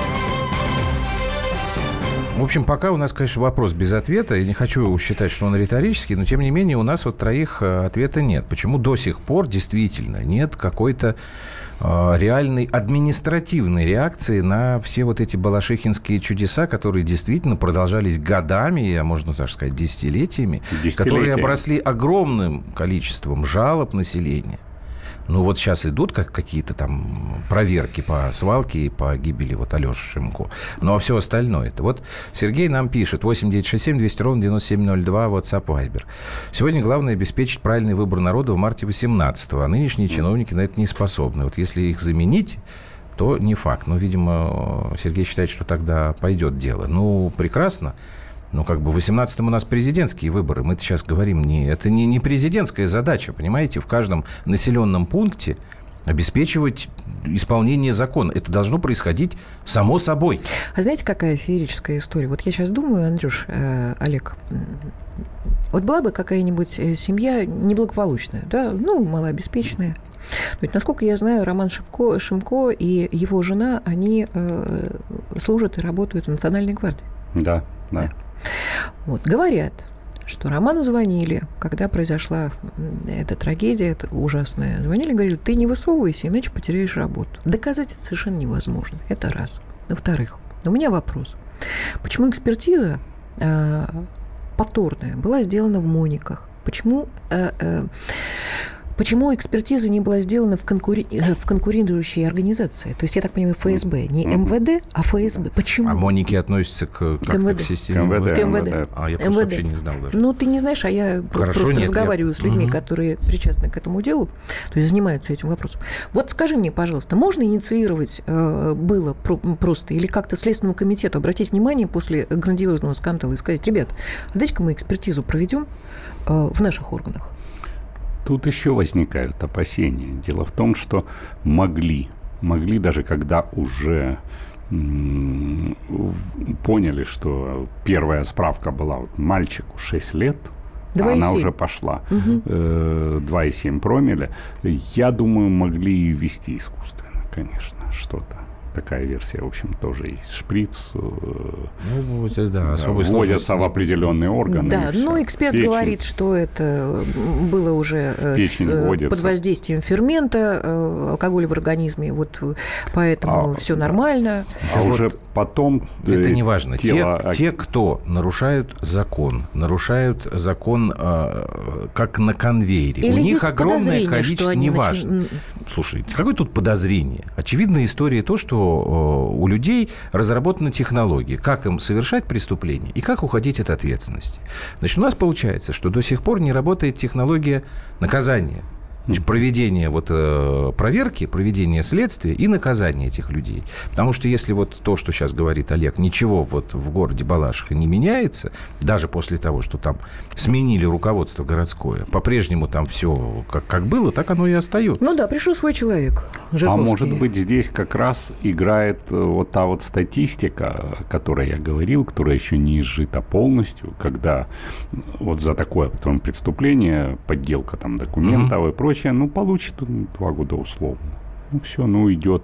В общем, пока у нас, конечно, вопрос без ответа. Я не хочу считать, что он риторический, но, тем не менее, у нас вот троих ответа нет. Почему до сих пор действительно нет какой-то реальной административной реакции на все вот эти балашихинские чудеса, которые действительно продолжались годами, а можно даже сказать десятилетиями, которые обросли огромным количеством жалоб населения. Ну, вот сейчас идут какие-то там проверки по свалке и по гибели вот Алёши Шимко. Ну, а все остальное это. Вот Сергей нам пишет. 8-967-200-97-02, WhatsApp, Viber. Сегодня главное обеспечить правильный выбор народа в марте 18-го, а нынешние чиновники на это не способны. Вот если их заменить, то не факт. Но, видимо, Сергей считает, что тогда пойдет дело. Ну, прекрасно. Ну, как бы в 18-м у нас президентские выборы. Мы сейчас говорим, это не президентская задача, понимаете? В каждом населенном пункте обеспечивать исполнение закона. Это должно происходить само собой. А знаете, какая феерическая история? Вот я сейчас думаю, Андрюш, Олег, вот была бы какая-нибудь семья неблагополучная, да, ну, малообеспеченная. Ведь, насколько я знаю, Роман Шимко и его жена, они служат и работают в Национальной гвардии. Да. Вот, говорят, что Роману звонили, когда произошла эта трагедия, это ужасная. Звонили, говорили, ты не высовывайся, иначе потеряешь работу. Доказать это совершенно невозможно. Это раз. Во-вторых, у меня вопрос. Почему экспертиза повторная была сделана в Мониках? Почему экспертиза не была сделана в конкурирующей организации? То есть, я так понимаю, ФСБ. Не МВД, а ФСБ. Почему? А Моники относятся к системе МВД. А я просто вообще не знал даже. Ну, ты не знаешь, а я просто разговариваю с людьми, которые причастны к этому делу, то есть занимаются этим вопросом. Вот скажи мне, пожалуйста, можно инициировать было просто или как-то Следственному комитету обратить внимание после грандиозного скандала и сказать, ребят, дайте-ка мы экспертизу проведем в наших органах? Тут еще возникают опасения. Дело в том, что могли даже когда уже поняли, что первая справка была вот мальчику 6 лет, а она уже пошла, 2,7 промилле, я думаю, могли ввести искусственно, конечно, что-то. Такая версия, в общем, тоже есть. Шприц вводятся в определенные органы. Да, но эксперт говорит, что это было уже под воздействием фермента, алкоголя в организме, вот поэтому все нормально. А вот уже потом... Это не важно. Те, кто нарушают закон как на конвейере, или у них огромное количество... Неважно. Слушай, какое тут подозрение? Очевидная история то, что у людей разработаны технологии, как им совершать преступления и как уходить от ответственности. Значит, у нас получается, что до сих пор не работает технология наказания. Значит, проведение проверки, проведение следствия и наказание этих людей. Потому что если вот то, что сейчас говорит Олег, ничего вот в городе Балашиха не меняется, даже после того, что там сменили руководство городское, по-прежнему там все как было, так оно и остается. Ну да, пришел свой человек, Жириновский. А может быть, здесь как раз играет вот та вот статистика, о которой я говорил, которая еще не изжита полностью, когда вот за такое потом преступление, подделка там документов и прочее, получит 2 года условно. Все, идет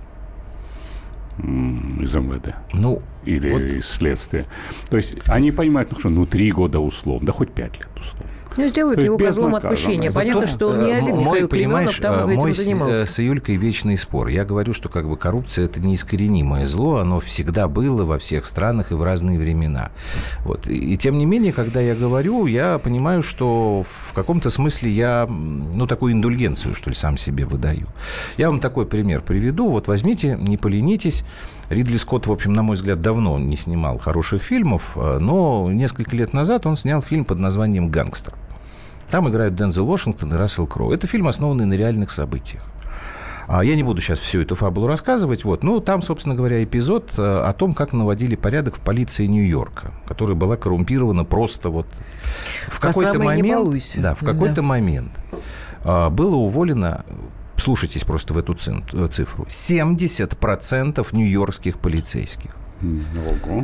из МВД. Или из следствия. То есть они понимают, 3 года условно, да хоть 5 лет условно. Сделают его козлом отпущения. Понятно, что не один Михаил Клименов там этим занимался. С Юлькой вечный спор. Я говорю, что коррупция – это неискоренимое зло, оно всегда было во всех странах и в разные времена. Вот. И тем не менее, когда я говорю, я понимаю, что в каком-то смысле я, такую индульгенцию, что ли, сам себе выдаю. Я вам такой пример приведу. Вот возьмите, не поленитесь. Ридли Скотт, в общем, на мой взгляд, давно не снимал хороших фильмов, но несколько лет назад он снял фильм под названием «Гангстер». Там играют Дензел Вашингтон и Рассел Кроу. Это фильм, основанный на реальных событиях. Я не буду сейчас всю эту фабулу рассказывать. Там, собственно говоря, эпизод о том, как наводили порядок в полиции Нью-Йорка, которая была коррумпирована просто в какой-то момент. Да, в какой-то момент было уволено... Слушайтесь просто в эту цифру. 70% нью-йоркских полицейских. Ого.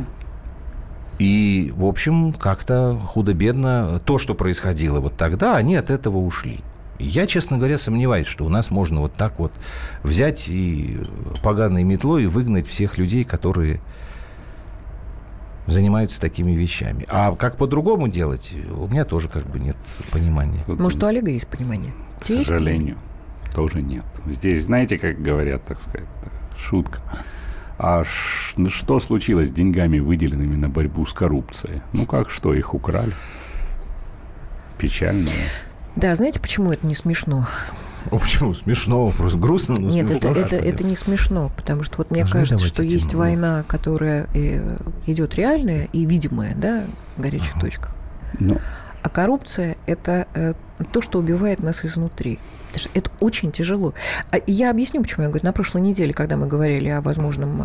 И, в общем, как-то худо-бедно то, что происходило тогда, они от этого ушли. Я, честно говоря, сомневаюсь, что у нас можно так взять и поганой метлой выгнать всех людей, которые занимаются такими вещами. А как по-другому делать, у меня тоже нет понимания. Может, у Олега есть понимание? К сожалению. Тоже нет. Здесь, знаете, как говорят, так сказать, шутка. А что случилось с деньгами, выделенными на борьбу с коррупцией? Что, их украли? Печально. Да, знаете, почему это не смешно? Почему смешно? Просто грустно, но Нет, смешно. Нет, это не смешно, потому что мне кажется, что есть война, которая идет реальная и видимая, да, в горячих точках. А коррупция – это то, что убивает нас изнутри. Это очень тяжело. Я объясню, почему я говорю. На прошлой неделе, когда мы говорили о возможном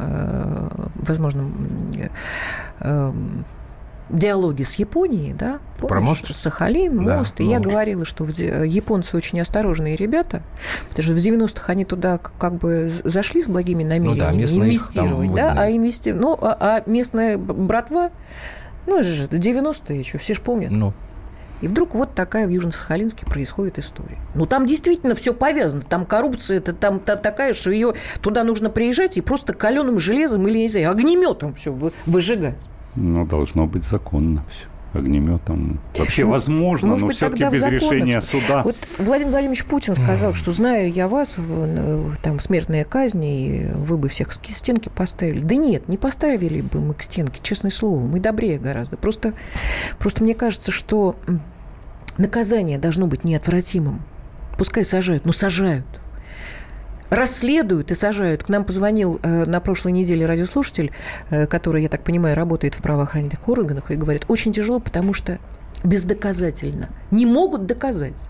диалоге с Японией, да, про мост? Сахалин, мост, да, и я говорила, что японцы очень осторожные ребята, потому что в 90-х они туда зашли с благими намерениями инвестировать, да, а местная братва, это же 90-е еще, все же помнят. И вдруг такая в Южно-Сахалинске происходит история. Там действительно все повязано. Там коррупция там такая, что ее туда нужно приезжать и просто каленым железом или, не знаю, огнеметом все выжигать. Должно быть законно все. Огнеметом. Вообще возможно, но все-таки без решения суда. Владимир Владимирович Путин сказал, что знаю я вас, там смертная казнь, и вы бы всех к стенке поставили. Да нет, не поставили бы мы к стенке, честное слово, мы добрее гораздо. Просто мне кажется, что наказание должно быть неотвратимым. Пускай сажают, но сажают. Расследуют и сажают. К нам позвонил на прошлой неделе радиослушатель, который, я так понимаю, работает в правоохранительных органах, и говорит, очень тяжело, потому что бездоказательно. Не могут доказать.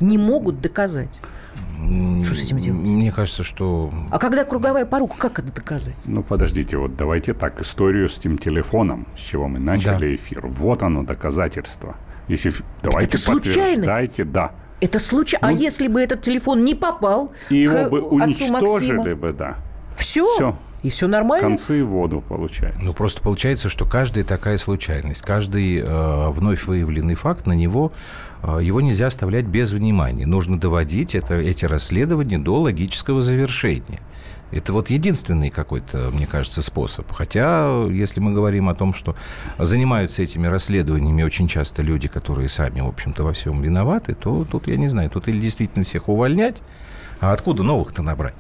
Что с этим делать? Мне кажется, что... А когда круговая порука, как это доказать? Подождите, давайте так, историю с тем телефоном, с чего мы начали эфир. Вот оно, доказательство. Давайте подтверждайте, да. Это случай. А если бы этот телефон не попал и к его бы уничтожили Максима? Бы, да. Все. И все нормально? Концы в воду получается. Просто получается, что каждая такая случайность, каждый вновь выявленный факт, на него его нельзя оставлять без внимания. Нужно доводить эти расследования до логического завершения. Это единственный какой-то, мне кажется, способ. Хотя, если мы говорим о том, что занимаются этими расследованиями очень часто люди, которые сами, в общем-то, во всем виноваты, то тут, я не знаю, тут или действительно всех увольнять, а откуда новых-то набрать?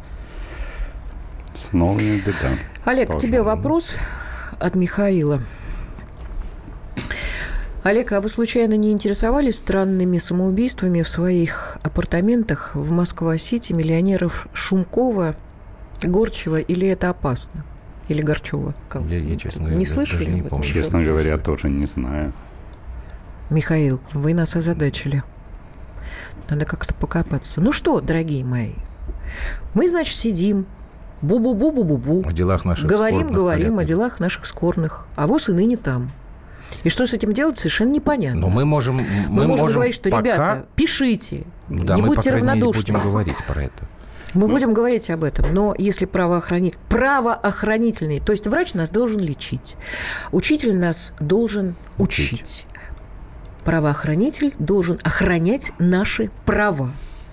Снова беда. Олег, к тебе вопрос от Михаила. Олег, а вы случайно не интересовались странными самоубийствами в своих апартаментах в Москва-Сити миллионеров Шумкова, Горчева, или это опасно? Или Горчева? Я, честно говоря, не слышали? Не помню. Честно говоря, тоже не знаю. Михаил, вы нас озадачили. Надо как-то покопаться. Ну что, дорогие мои, мы, значит, сидим, бу-бу-бу-бу-бу-бу. О делах наших говорим скорбных. О делах наших скорбных. А ВОЗ и ныне там. И что с этим делать, совершенно непонятно. Но мы можем говорить, что, пока... ребята, пишите, да, не мы, будьте равнодушны. будем говорить про это. Мы будем говорить об этом, но если правоохранительный, то есть врач нас должен лечить, учитель нас должен учить. Правоохранитель должен охранять наши права.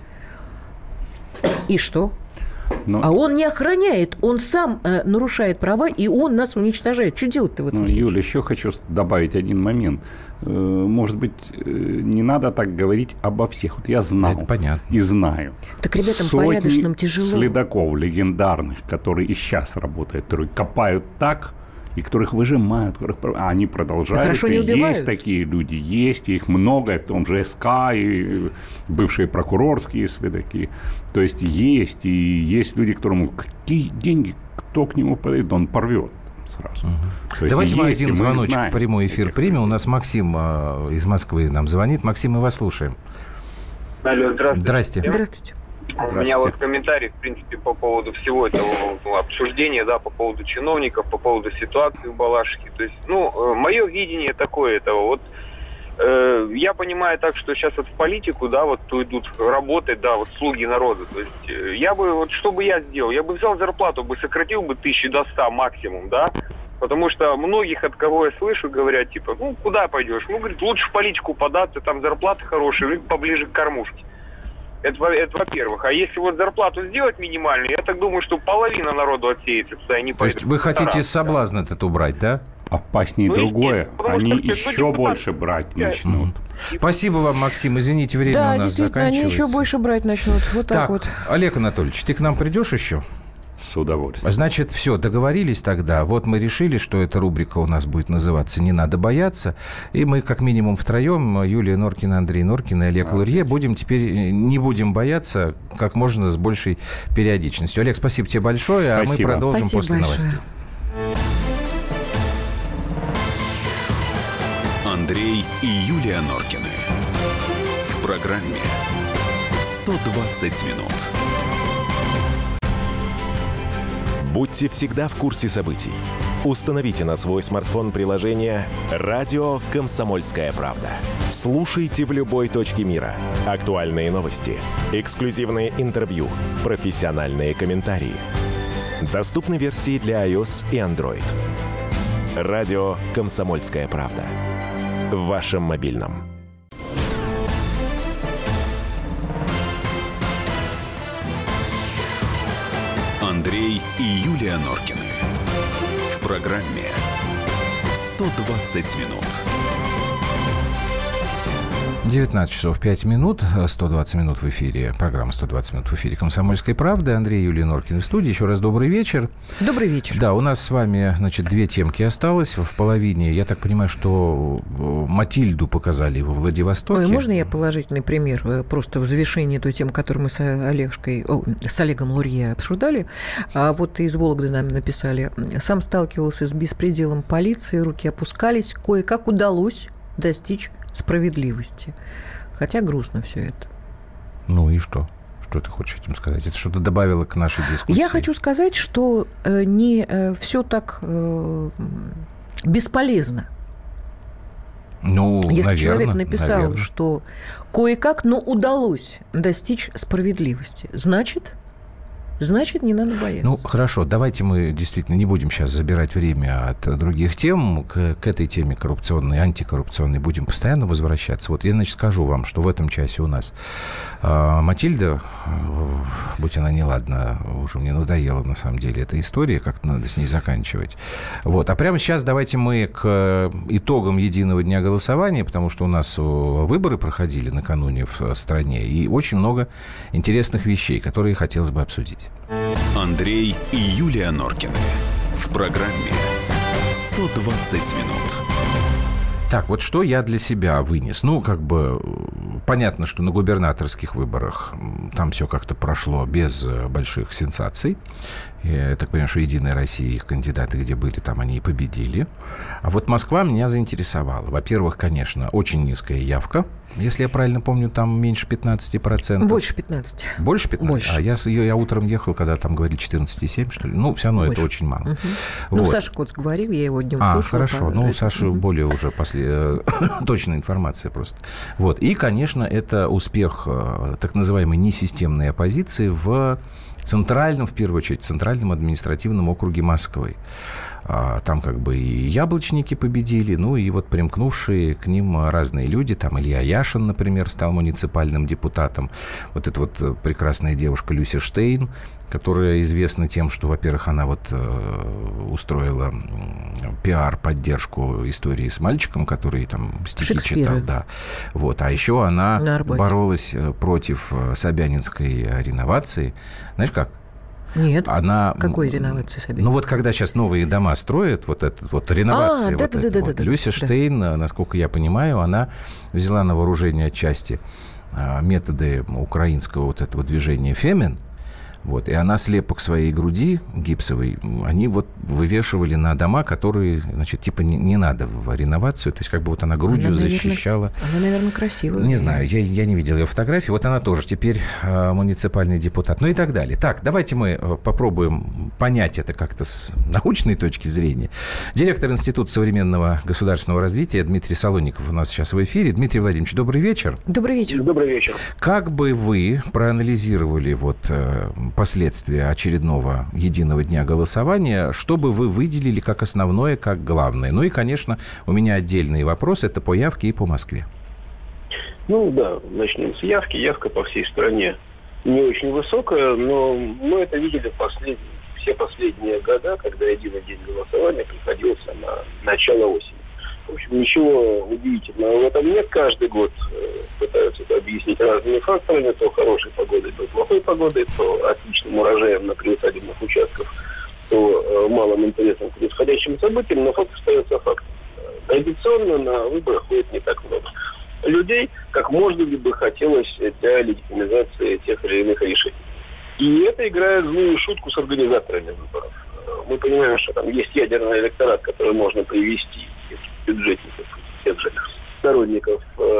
И что? А он не охраняет, он сам нарушает права, и он нас уничтожает. Что делать-то в этом случае? Юля, еще хочу добавить один момент. Может быть, не надо так говорить обо всех. Вот я знал и знаю. Так ребятам порядочным тяжело. Следаков легендарных, которые и сейчас работают, которые копают так, и которых выжимают, они продолжают. Да, и есть такие люди, есть, их много, в том же СК, и бывшие прокурорские следаки. То есть есть, и есть люди, которому какие деньги, кто к нему подойдет, он порвет сразу. Давайте мы один звоночек в прямой эфир примем. У нас Максим из Москвы нам звонит. Максим, мы вас слушаем. Алло, здравствуйте. Здравствуйте. Здравствуйте. У меня вот комментарий, в принципе, по поводу всего этого обсуждения, да, по поводу чиновников, по поводу ситуации в Балашихе. То есть, мое видение такое этого. Вот я понимаю так, что сейчас вот в политику, да, вот идут работать, да, вот слуги народа. То есть я бы, вот что бы я сделал? Я бы взял зарплату, бы сократил бы 1000 до 100 максимум, да. Потому что многих, от кого я слышу, говорят, типа, куда пойдешь? Говорит, лучше в политику податься, там зарплаты хорошие, поближе к кормушке. Это во-первых. А если вот зарплату сделать минимальную, я так думаю, что половина народу отсеется туда и не пойдет. То есть вы хотите соблазн этот убрать, да? Опаснее другое. Они еще больше брать начнут. Спасибо вам, Максим. Извините, время у нас заканчивается. Да, они еще больше брать начнут. Вот так вот. Олег Анатольевич, ты к нам придешь еще? С удовольствием. Значит, все, договорились тогда. Вот мы решили, что эта рубрика у нас будет называться «Не надо бояться». И мы как минимум втроем, Юлия Норкина, Андрей Норкин и Олег Лурье, не будем бояться как можно с большей периодичностью. Олег, спасибо тебе большое, а мы продолжим после новостей. Андрей и Юлия Норкины. В программе «120 минут». Будьте всегда в курсе событий. Установите на свой смартфон приложение «Радио Комсомольская правда». Слушайте в любой точке мира. Актуальные новости, эксклюзивные интервью, профессиональные комментарии. Доступны версии для iOS и Android. «Радио Комсомольская правда». В вашем мобильном. Андрей и Юлия Норкины. В программе «120 минут». 19 часов 5 минут, 120 минут в эфире, программа «120 минут» в эфире «Комсомольской правды». Андрей и Юлия Норкины в студии. Еще раз добрый вечер. Добрый вечер. Да, у нас с вами, значит, 2 темки осталось в половине. Я так понимаю, что Матильду показали во Владивостоке. Ой, можно я положительный пример? Просто в завершении той темы, которую мы с Олегом Лурье обсуждали. А вот из Вологды нам написали. Сам сталкивался с беспределом полиции, руки опускались. Кое-как удалось достичь справедливости. Хотя грустно все это. Ну и что? Что ты хочешь этим сказать? Это что-то добавило к нашей дискуссии? Я хочу сказать, что не все так бесполезно. Ну, если наверное, человек написал, что кое-как, но удалось достичь справедливости, значит, не надо бояться. Ну, хорошо, давайте мы действительно не будем сейчас забирать время от других тем. К этой теме коррупционной, антикоррупционной будем постоянно возвращаться. Вот я, значит, скажу вам, что в этом часе у нас Матильда, будь она неладна, уже мне надоела на самом деле эта история, как-то надо с ней заканчивать. Вот. А прямо сейчас давайте мы к итогам единого дня голосования, потому что у нас выборы проходили накануне в стране, и очень много интересных вещей, которые хотелось бы обсудить. Андрей и Юлия Норкины. В программе «120 минут». Так, вот что я для себя вынес. Ну, как бы, понятно, что на губернаторских выборах там все как-то прошло без больших сенсаций. Я так понимаю, что «Единая Россия», их кандидаты, где были, там они и победили. А вот Москва меня заинтересовала. Во-первых, конечно, очень низкая явка. Если я правильно помню, там меньше 15%. Больше 15. Больше 15? Больше. А я утром ехал, когда там говорили 14,7, что ли. Ну, все равно больше. Это очень мало. Угу. Вот. Ну, Саша Коц говорил, я его днем слушала. Хорошо. Ну, у Саши более уже точная информация просто. Вот. И, конечно, это успех так называемой несистемной оппозиции в центральном, в первую очередь, центральном административном округе Москвы. Там как бы и яблочники победили, ну и вот примкнувшие к ним разные люди. Там Илья Яшин, например, стал муниципальным депутатом. Вот эта вот прекрасная девушка Люся Штейн, которая известна тем, что, во-первых, она вот устроила пиар-поддержку истории с мальчиком, который там стихи Шекспира. Читал. Да. Вот. А еще она боролась против собянинской реновации. Знаешь как? Нет. Какой реновации Собянина? Ну, вот когда сейчас новые дома строят, вот эта вот реновация. Да. Люся Штейн, насколько я понимаю, она взяла на вооружение отчасти методы украинского вот этого движения «Фемин». Вот, и она слепок своей груди гипсовой, они вот вывешивали на дома, которые, значит, типа не надо в реновацию. То есть как бы вот она грудью защищала. Она, наверное, красивая. Не знаю, я не видел ее фотографии. Вот она тоже теперь муниципальный депутат. Ну и так далее. Так, давайте мы попробуем понять это как-то с научной точки зрения. Директор Института современного государственного развития Дмитрий Солонников у нас сейчас в эфире. Дмитрий Владимирович, добрый вечер. Добрый вечер. Добрый вечер. Как бы вы проанализировали вот последствия очередного единого дня голосования, что бы вы выделили как основное, как главное? Ну и, конечно, у меня отдельные вопросы, это по явке и по Москве. Ну да, начнем с явки. Явка по всей стране не очень высокая, но мы это видели все последние года, когда единый день голосования приходился на начало осени. В общем, ничего удивительного в этом нет. Каждый год пытаются это объяснить разными факторами. То хорошей погодой, то плохой погодой, то отличным урожаем на приусадебных участках, то малым интересом к происходящим событиям. Но факт остается фактом. Традиционно на выборах ходит не так много людей, как можно бы хотелось для легитимизации тех или иных решений. И это играет злую шутку с организаторами выборов. Мы понимаем, что там есть ядерный электорат, который можно привести из бюджетников, тех же сторонников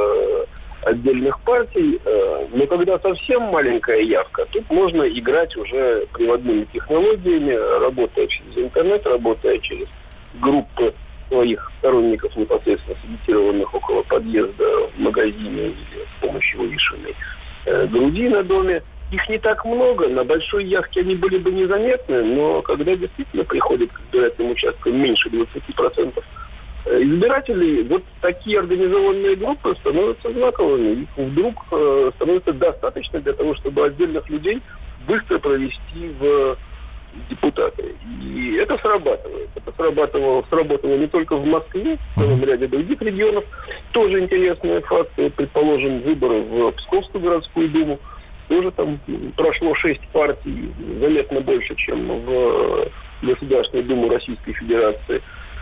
отдельных партий, но когда совсем маленькая явка, тут можно играть уже приводными технологиями, работая через интернет, работая через группы своих сторонников, непосредственно сагитированных около подъезда в магазине или с помощью вывешенной груди на доме. Их не так много, на большой явке они были бы незаметны, но когда действительно приходит к избирательным участкам меньше 20% избирателей, вот такие организованные группы становятся знаковыми. Их вдруг становится достаточно для того, чтобы отдельных людей быстро провести в депутаты. И это срабатывает. Это сработало не только в Москве, в целом ряде других регионов. Тоже интересные факты. Предположим, выборы в Псковскую городскую думу. Тоже там прошло 6 партий, заметно больше, чем в Государственную Думу Российской Федерации.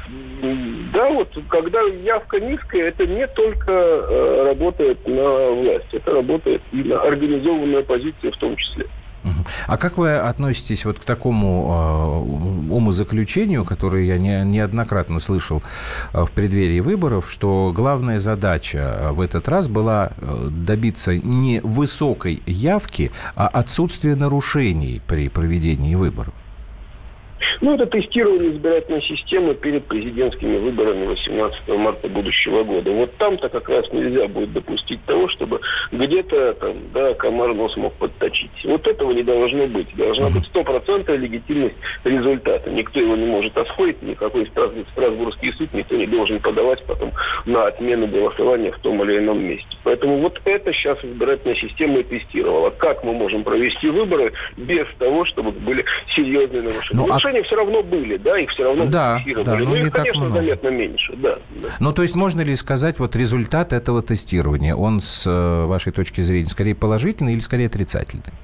Да, вот когда явка низкая, это не только работает на власть, это работает и на организованную оппозицию в том числе. А как вы относитесь вот к такому умозаключению, которое я неоднократно слышал в преддверии выборов, что главная задача в этот раз была добиться не высокой явки, а отсутствия нарушений при проведении выборов? Ну, это тестирование избирательной системы перед президентскими выборами 18 марта будущего года. Вот там-то как раз нельзя будет допустить того, чтобы где-то там, да, комар нос мог подточить. Вот этого не должно быть. Должна быть 100% легитимность результата. Никто его не может оспорить, никакой Страсбургский суд никто не должен подавать потом на отмену голосования в том или ином месте. Поэтому вот это сейчас избирательная система и тестировала. Как мы можем провести выборы без того, чтобы были серьезные нарушения? Нарушения все равно были, да, их все равно тестировали. Да, но их, конечно, заметно меньше, да. Ну, то есть можно ли сказать, вот результат этого тестирования, он с вашей точки зрения скорее положительный или скорее отрицательный?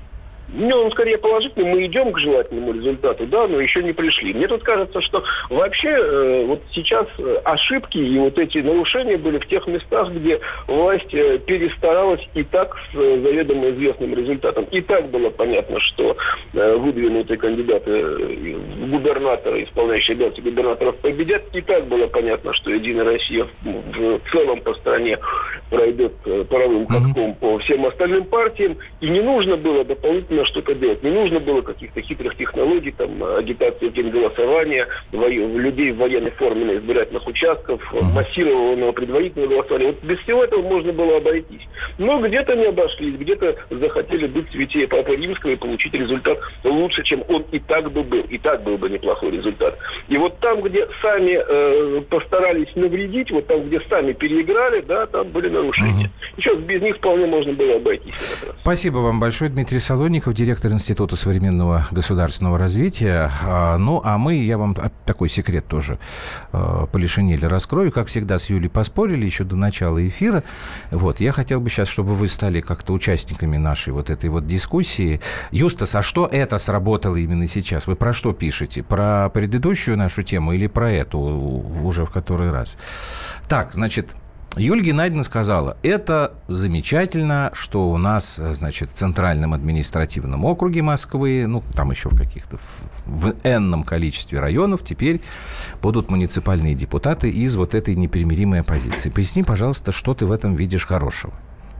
он скорее положительный, мы идем к желательному результату, да, но еще не пришли. Мне тут кажется, что вообще вот сейчас ошибки и вот эти нарушения были в тех местах, где власть перестаралась и так с заведомо известным результатом. И так было понятно, что выдвинутые кандидаты в губернаторы, исполняющие обязанности губернаторов победят. И так было понятно, что «Единая Россия» в целом по стране пройдет паровым катком по всем остальным партиям. И не нужно было дополнительно что-то делать. Не нужно было каких-то хитрых технологий, там, агитации в день голосования, людей в военной форме на избирательных участках, массированного предварительного голосования. Вот без всего этого можно было обойтись. Но где-то не обошлись, где-то захотели быть святее Папы Римского и получить результат лучше, чем он и так бы был. И так был бы неплохой результат. И вот там, где сами постарались навредить, вот там, где сами переиграли, да, там были нарушения. Еще без них вполне можно было обойтись. Спасибо вам большое, Дмитрий Солодников, директор Института современного государственного развития. Ну, а я вам такой секрет тоже полишинеля раскрою. Как всегда, с Юлей поспорили еще до начала эфира. Вот, я хотел бы сейчас, чтобы вы стали как-то участниками нашей вот этой вот дискуссии. Юстас, а что это сработало именно сейчас? Вы про что пишете? Про предыдущую нашу тему или про эту уже в который раз? Так, значит... Юлия Геннадьевна сказала, это замечательно, что у нас, значит, в Центральном административном округе Москвы, ну, там еще в каких-то, в энном количестве районов теперь будут муниципальные депутаты из вот этой непримиримой оппозиции. Поясни, пожалуйста, что ты в этом видишь хорошего?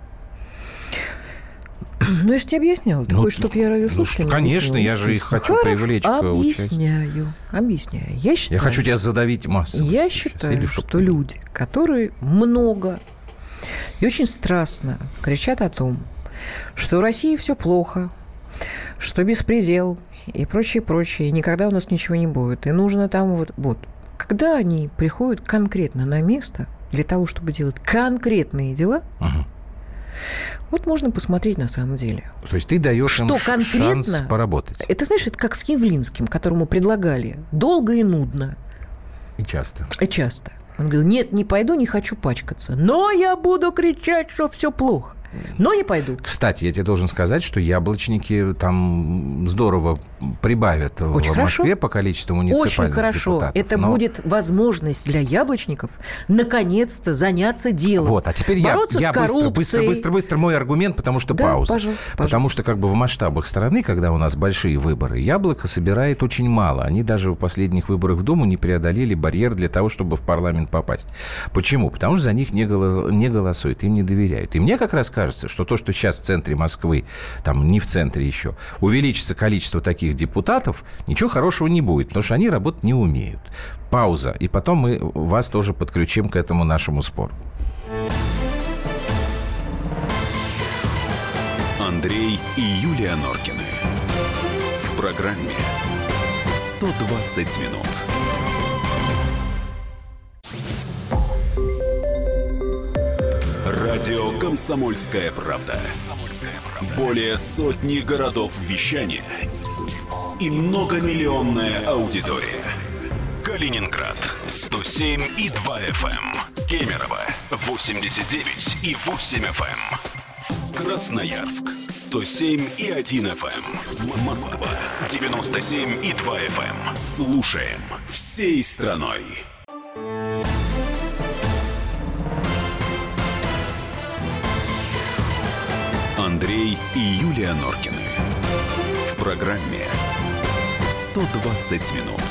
Ну, я же тебе объясняла. Ты хочешь, чтобы я радиослушателям конечно, я же их хочу привлечь к участию. Объясняю. Я хочу тебя задавить массово. Я считаю, что люди, которые много и очень страстно кричат о том, что в России все плохо, что беспредел и прочее, и никогда у нас ничего не будет, и нужно там вот. Когда они приходят конкретно на место для того, чтобы делать конкретные дела, вот можно посмотреть на самом деле. То есть ты даешь им шанс поработать. Это, знаешь, это как с Явлинским, которому предлагали долго и нудно. И часто. Он говорил, нет, не пойду, не хочу пачкаться. Но я буду кричать, что все плохо. Но не пойду. Кстати, я тебе должен сказать, что яблочники там здорово прибавят очень в Москве хорошо. По количеству муниципальных очень хорошо. депутатов. Это будет возможность для яблочников наконец-то заняться делом. Вот, а теперь я быстро мой аргумент, потому что пауза. Пожалуйста. Потому что как бы в масштабах страны, когда у нас большие выборы, яблоко собирает очень мало. Они даже в последних выборах в Думу не преодолели барьер для того, чтобы в парламент попасть. Почему? Потому что за них не голосуют, им не доверяют. И мне как раз кажется, что то, что сейчас в центре Москвы, там не в центре еще, увеличится количество таких депутатов, ничего хорошего не будет, потому что они работать не умеют. Пауза, и потом мы вас тоже подключим к этому нашему спору. Андрей и Юлия Норкины. В программе «120 минут». Радио «Комсомольская правда». Более сотни городов вещания и многомиллионная аудитория. Калининград 107,2 FM. Кемерово 89,8 FM. Красноярск 107,1 FM. Москва 97,2 FM. Слушаем всей страной. Андрей и Юлия Норкины. В программе «120 минут».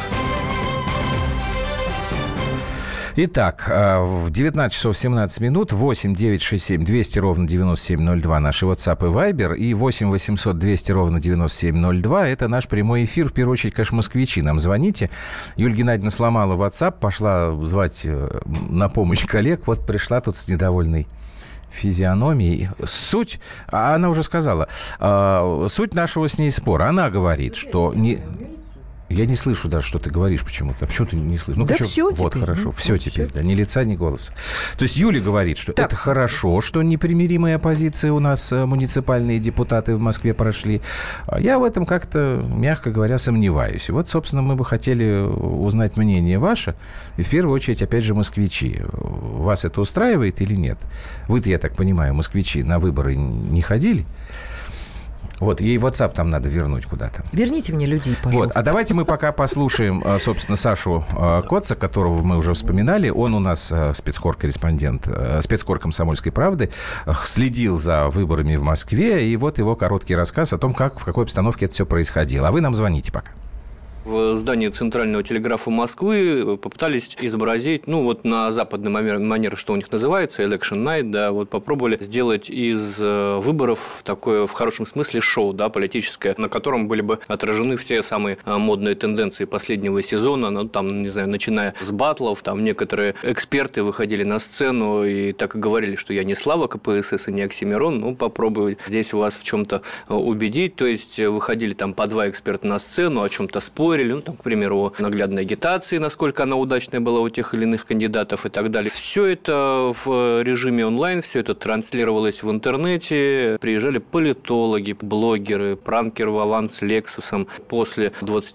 Итак, в 19 часов 17 минут 8 967 200 ровно 9702 наши WhatsApp и Viber и 8 800 200 ровно 9702 это наш прямой эфир. В первую очередь, конечно, москвичи нам звоните. Юлия Геннадьевна сломала WhatsApp, пошла звать на помощь коллег. Вот пришла тут с недовольной физиономией. Суть, она уже сказала, суть нашего с ней спора. Она говорит, что не... Я не слышу даже, что ты говоришь почему-то. А почему ты не слышишь? Ну, да все вот, теперь. Хорошо, все теперь, да, ни лица, ни голоса. То есть Юля говорит, что так. Это хорошо, что непримиримая оппозиция у нас, муниципальные депутаты в Москве прошли. А я в этом как-то, мягко говоря, сомневаюсь. И вот, собственно, мы бы хотели узнать мнение ваше. И в первую очередь, опять же, москвичи. Вас это устраивает или нет? Вы-то, я так понимаю, москвичи на выборы не ходили? Вот, ей WhatsApp там надо вернуть куда-то. Верните мне людей, пожалуйста. Вот, а давайте мы пока послушаем, собственно, Сашу Коца, которого мы уже вспоминали. Он у нас спецкор-корреспондент, спецкор «Комсомольской правды», следил за выборами в Москве, и вот его короткий рассказ о том, как, в какой обстановке это все происходило. А вы нам звоните пока. В здании Центрального телеграфа Москвы попытались изобразить, на западный манер, что у них называется, election night, да, вот попробовали сделать из выборов такое, в хорошем смысле, шоу, да, политическое, на котором были бы отражены все самые модные тенденции последнего сезона, начиная с баттлов, там некоторые эксперты выходили на сцену и так и говорили, что я не Слава КПСС и не Оксимирон, попробую здесь вас в чем-то убедить, то есть выходили там по 2 эксперта на сцену, о чем-то спорили, к примеру, о наглядной агитации, насколько она удачная была у тех или иных кандидатов и так далее. Все это в режиме онлайн, все это транслировалось в интернете. Приезжали политологи, блогеры, пранкер Вован с Лексусом. После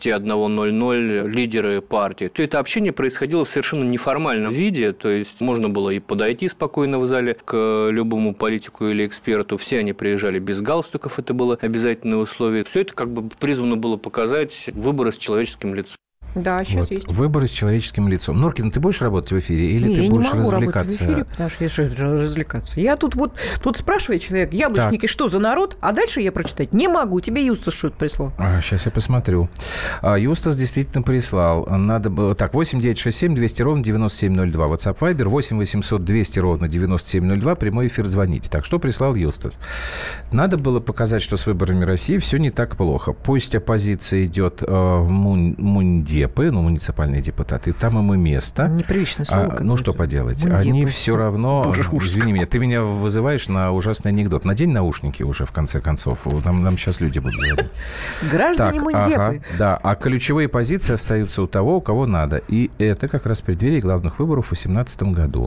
21:00 лидеры партии. Все это общение происходило в совершенно неформальном виде, то есть можно было и подойти спокойно в зале к любому политику или эксперту. Все они приезжали без галстуков, это было обязательное условие. Все это призвано было показать выборы с человеческим лицом. Да, сейчас есть. Выборы с человеческим лицом. Норкин, ты будешь работать в эфире или ты будешь развлекаться? Я не могу работать в эфире, потому что я развлекаться. Я тут спрашивает человек, яблочники, так. Что за народ? А дальше я прочитать не могу. Тебе Юстас что-то прислал. Сейчас я посмотрю. Юстас действительно прислал. Надо было... Так, 8-967-200-97-02. WhatsApp Viber 8-800-200-97-02. Прямой эфир, звоните. Так, что прислал Юстас? Надо было показать, что с выборами России все не так плохо. Пусть оппозиция идет в мундепы, муниципальные депутаты, там им и место. Неприличное слово. Что поделать? Они все равно... Извини меня, ты меня вызываешь на ужасный анекдот. Надень наушники уже, в конце концов. Нам сейчас люди будут звонить. Граждане мундепы. Да, а ключевые позиции остаются у того, у кого надо. И это как раз в преддверии главных выборов в 2018 году.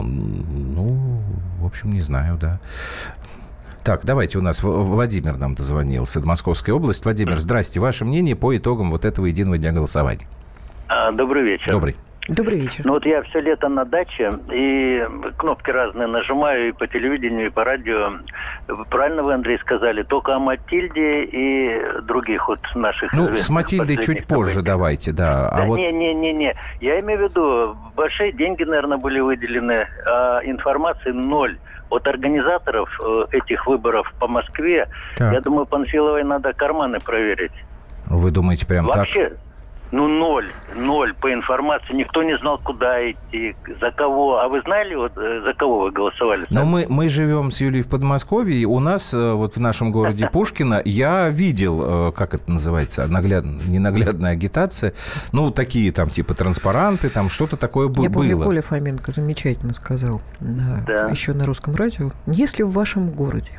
В общем, не знаю, да. Так, давайте, у нас Владимир нам дозвонился, Московская область. Владимир, здрасте. Ваше мнение по итогам вот этого единого дня голосования? Добрый вечер. Добрый вечер. Я все лето на даче, и кнопки разные нажимаю и по телевидению, и по радио. Правильно вы, Андрей, сказали, только о Матильде и других наших... с Матильдой чуть позже давайте, да. Не. Я имею в виду, большие деньги, наверное, были выделены, а информации ноль. От организаторов этих выборов по Москве, так. Я думаю, Панфиловой надо карманы проверить. Вы думаете, прям вообще, так? Ноль по информации. Никто не знал, куда идти, за кого. А вы знали, за кого вы голосовали? Мы живем с Юлией в Подмосковье, и у нас в нашем городе Пушкино я видел, как это называется, ненаглядная агитация. Такие там типа транспаранты, там что-то такое было. Я помню, Коля Фоменко замечательно сказал, еще на русском радио. Если в вашем городе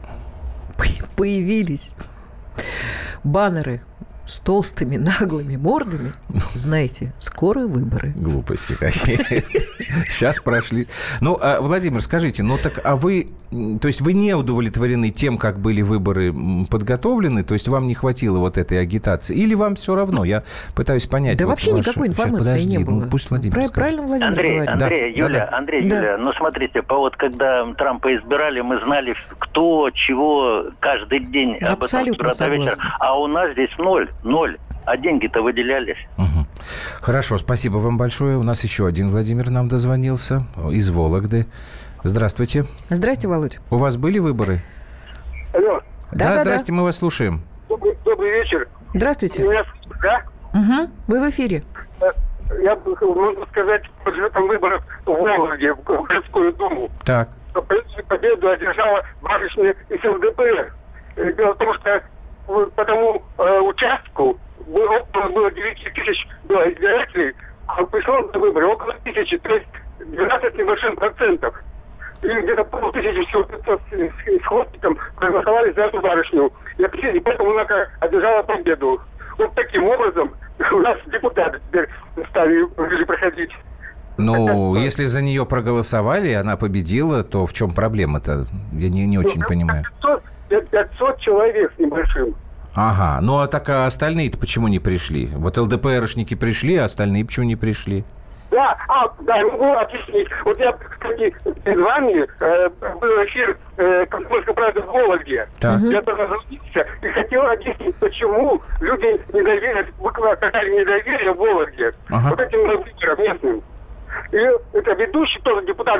появились баннеры с толстыми наглыми мордами, знаете, скоро выборы. Глупости какие. Сейчас прошли. Владимир, скажите, вы, то есть вы не удовлетворены тем, как были выборы подготовлены, то есть вам не хватило вот этой агитации, или вам все равно? Я пытаюсь понять. Да вообще никакой информации не было. Пусть Владимир скажет. Правильно Владимир говорит. Андрей, Юля, смотрите, когда Трампа избирали, мы знали, кто, чего, каждый день. Абсолютно согласна. А у нас здесь ноль. А деньги-то выделялись. Угу. Хорошо, спасибо вам большое. У нас еще один Владимир нам дозвонился из Вологды. Здравствуйте. Здрасте, Володь. У вас были выборы? Алло. Да, здрасте, мы вас слушаем. Добрый вечер. Здравствуйте. Да? Угу. Вы в эфире. Я, можно сказать, по результатам выборов в Вологде, в городскую думу. Так. Победу одержала барышня из ЛДПР. Дело в том, что по тому участку было 9 тысяч избирателей, а пришло на выборы около 1000, то есть 12 небольшим процентов. И где-то 500 всего 500 с хвостиком проголосовали за эту барышню. И поэтому она одержала победу. Вот таким образом у нас депутаты теперь стали проходить. Если за нее проголосовали, и она победила, то в чем проблема-то? Я не очень понимаю. 500 человек с небольшим. Ага. А остальные-то почему не пришли? Вот ЛДПРшники пришли, а остальные почему не пришли? Да, я могу объяснить. Вот я, кстати, перед вами был эфир «Комсомольской правды» в Вологде. Так. Я тоже разучился и хотел объяснить, почему люди выказали недоверие в Вологде вот этим выборам местным. И это ведущий, тоже депутат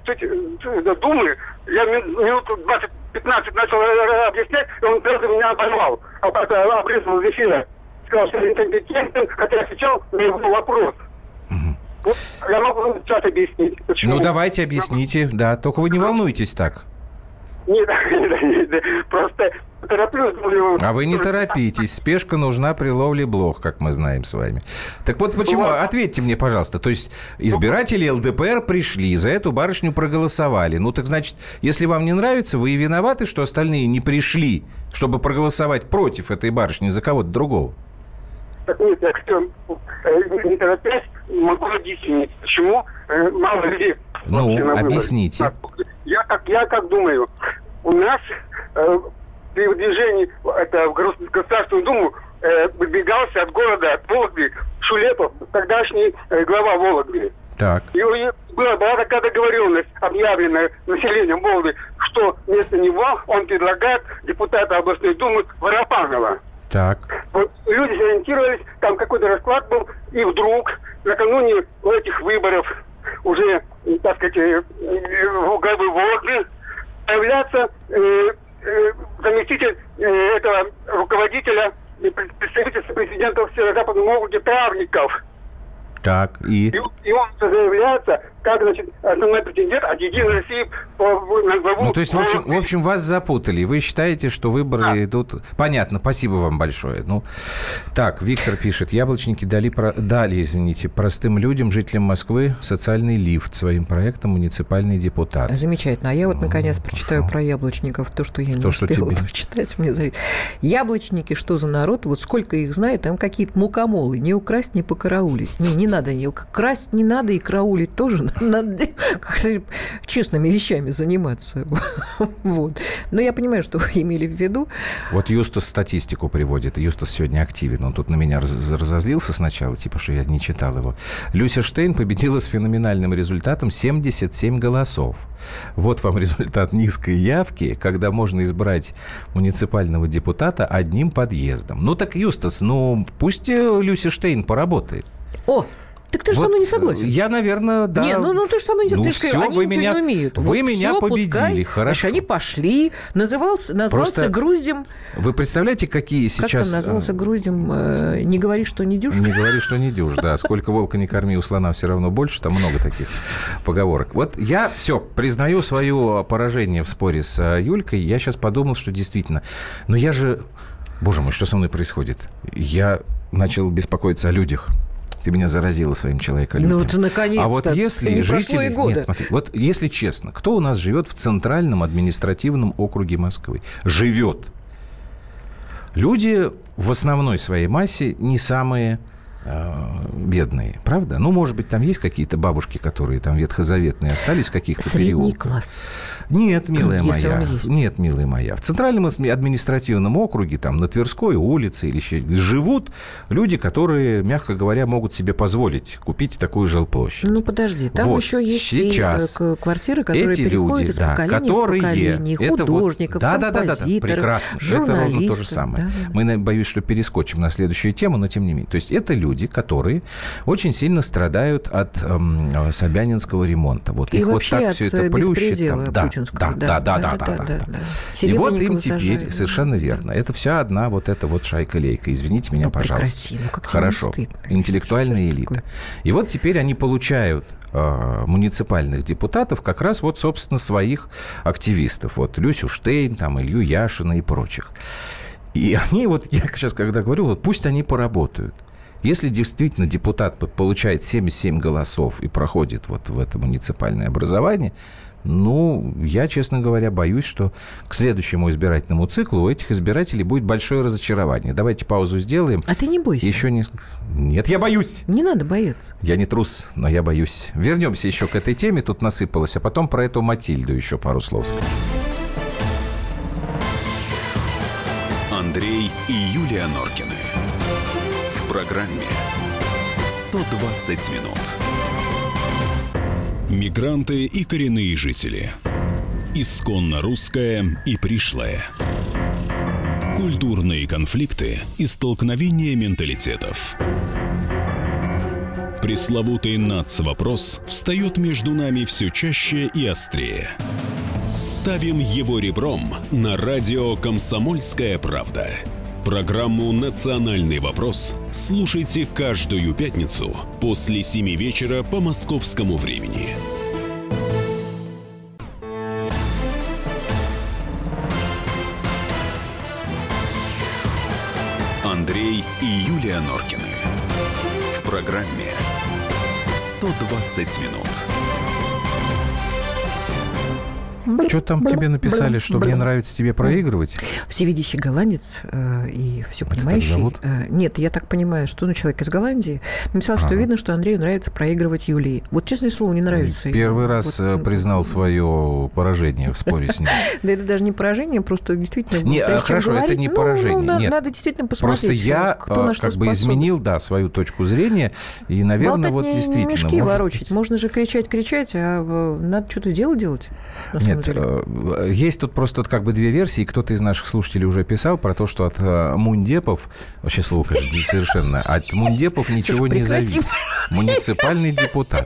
Думы, я минут 20-15 начал объяснять, и он сразу меня оборвал, обрезал из эфира. Сказал, что инкомпетентен, хотя отвечал на его вопрос. Вот я могу сейчас объяснить, почему. Ну, давайте объясните, да. Только вы не волнуйтесь так. Нет, просто тороплюсь. А вы не торопитесь. Спешка нужна при ловле блох, как мы знаем с вами. Так вот почему? Ответьте мне, пожалуйста. То есть избиратели ЛДПР пришли, за эту барышню проголосовали. Ну, так значит, если вам не нравится, вы и виноваты, что остальные не пришли, чтобы проголосовать против этой барышни за кого-то другого? Так нет, я хотел, не торопясь, могу объяснить, почему мало людей... Ну, объясните. Я как думаю, у нас при выдвижении в Государственную Думу выдвигался от города, от Вологды, Шулепов, тогдашний глава Вологды. Так. И была такая договоренность, объявленная населением Вологды, что вместо него он предлагает депутата областной думы Воропанова. Так. Вот люди сориентировались, там какой-то расклад был, и вдруг накануне этих выборов уже, так сказать, в главы Вологды появляется заместитель этого руководителя представительства президента в Северо-Западном округе Травников. Так, и он заявляется, как, значит, основной претендент от «Единой России» по главу... Ну, то есть, в общем, вас запутали. Вы считаете, что выборы идут... Понятно, спасибо вам большое. Ну, так, Виктор пишет. Яблочники дали, простым людям, жителям Москвы, социальный лифт своим проектом «Муниципальный депутат». Замечательно. А я вот, наконец, прочитаю про яблочников то, что я не успела прочитать. Мне зовут. Яблочники, что за народ? Вот сколько их знает, там какие-то мукомолы. Не украсть, не покараулить. Не надо, красть не надо, и караулить тоже. Надо честными вещами заниматься. Вот. Но я понимаю, что вы имели в виду. Вот Юстас статистику приводит. Юстас сегодня активен. Он тут на меня разозлился сначала, типа, что я не читал его. Люся Штейн победила с феноменальным результатом 77 голосов. Вот вам результат низкой явки, когда можно избрать муниципального депутата одним подъездом. Ну так, Юстас, пусть Люся Штейн поработает. О, так ты же со мной не согласен. Я, наверное, да. Не, ты же со мной не согласен. Все, они ничего не умеют. Вы меня победили, пускай, хорошо. Значит, они пошли, назвался груздем. Вы представляете, какие сейчас... Как он назвался груздем? Не говори, что не дюж. Не говори, что не дюж, да. Сколько волка не корми, у слона все равно больше. Там много таких поговорок. Вот я признаю свое поражение в споре с Юлькой. Я сейчас подумал, что действительно... Но я же... Боже мой, что со мной происходит? Я начал беспокоиться о людях. Ты меня заразила своим человеколюбием. Ну, ты наконец-то. А вот если не жители... Нет, смотри, вот если честно, кто у нас живет в Центральном административном округе Москвы? Живет. Люди в основной своей массе не самые бедные, правда? Может быть, там есть какие-то бабушки, которые там ветхозаветные остались в каких-то переулках. Средний класс. Нет, милая моя. Нет, милая моя. В Центральном административном округе, там, на Тверской улице или еще живут люди, которые, мягко говоря, могут себе позволить купить такую жилплощадь. Ну, подожди, там еще есть сейчас квартиры, которые переходят из поколения в поколение. Художников, композиторов, прекрасно. журналистов. Это ровно то же самое. Да. Мы, боюсь, что перескочим на следующую тему, но тем не менее. То есть это люди, которые очень сильно страдают от Собянинского ремонта. Вот и их вот так все это плющит. Да. И вот им теперь, совершенно верно, это вся одна вот эта вот шайка-лейка. Извините меня, пожалуйста. Хорошо. Интеллектуальная элита. И вот теперь они получают муниципальных депутатов как раз вот, собственно, своих активистов. Вот Люсю Штейн, там, Илью Яшина и прочих. И они вот, я сейчас когда говорю, вот пусть они поработают. Если действительно депутат получает 77 голосов и проходит вот в это муниципальное образование, я, честно говоря, боюсь, что к следующему избирательному циклу у этих избирателей будет большое разочарование. Давайте паузу сделаем. А ты не бойся. Нет, я боюсь. Не надо бояться. Я не трус, но я боюсь. Вернемся еще к этой теме. Тут насыпалось. А потом про эту Матильду еще пару слов скажем. Андрей и Юлия Норкины. В программе «120 минут». Мигранты и коренные жители. Исконно русское и пришлое. Культурные конфликты и столкновения менталитетов. Пресловутый НАЦ-вопрос встает между нами все чаще и острее. Ставим его ребром на радио «Комсомольская правда». Программу «Национальный вопрос» слушайте каждую пятницу после 7 вечера по московскому времени. Андрей и Юлия Норкины. В программе «120 минут». Что там тебе написали, что мне нравится тебе проигрывать? Всевидящий голландец и все понимающий. Нет, я так понимаю, что человек из Голландии написал, что видно, что Андрею нравится проигрывать Юлии. Вот, честное слово, не нравится. Первый раз признал свое поражение в споре с ним. Да это даже не поражение, просто действительно... Не, хорошо, это не поражение. Нет, надо действительно посмотреть. Просто я как бы изменил, свою точку зрения, и, наверное, вот действительно... Не мешки ворочать. Можно же кричать, а надо что-то делать. Нет, есть тут просто как бы две версии. Кто-то из наших слушателей уже писал про то, что от мундепов, вообще слово, конечно, совершенно, от мундепов ничего не зависит. Муниципальный депутат.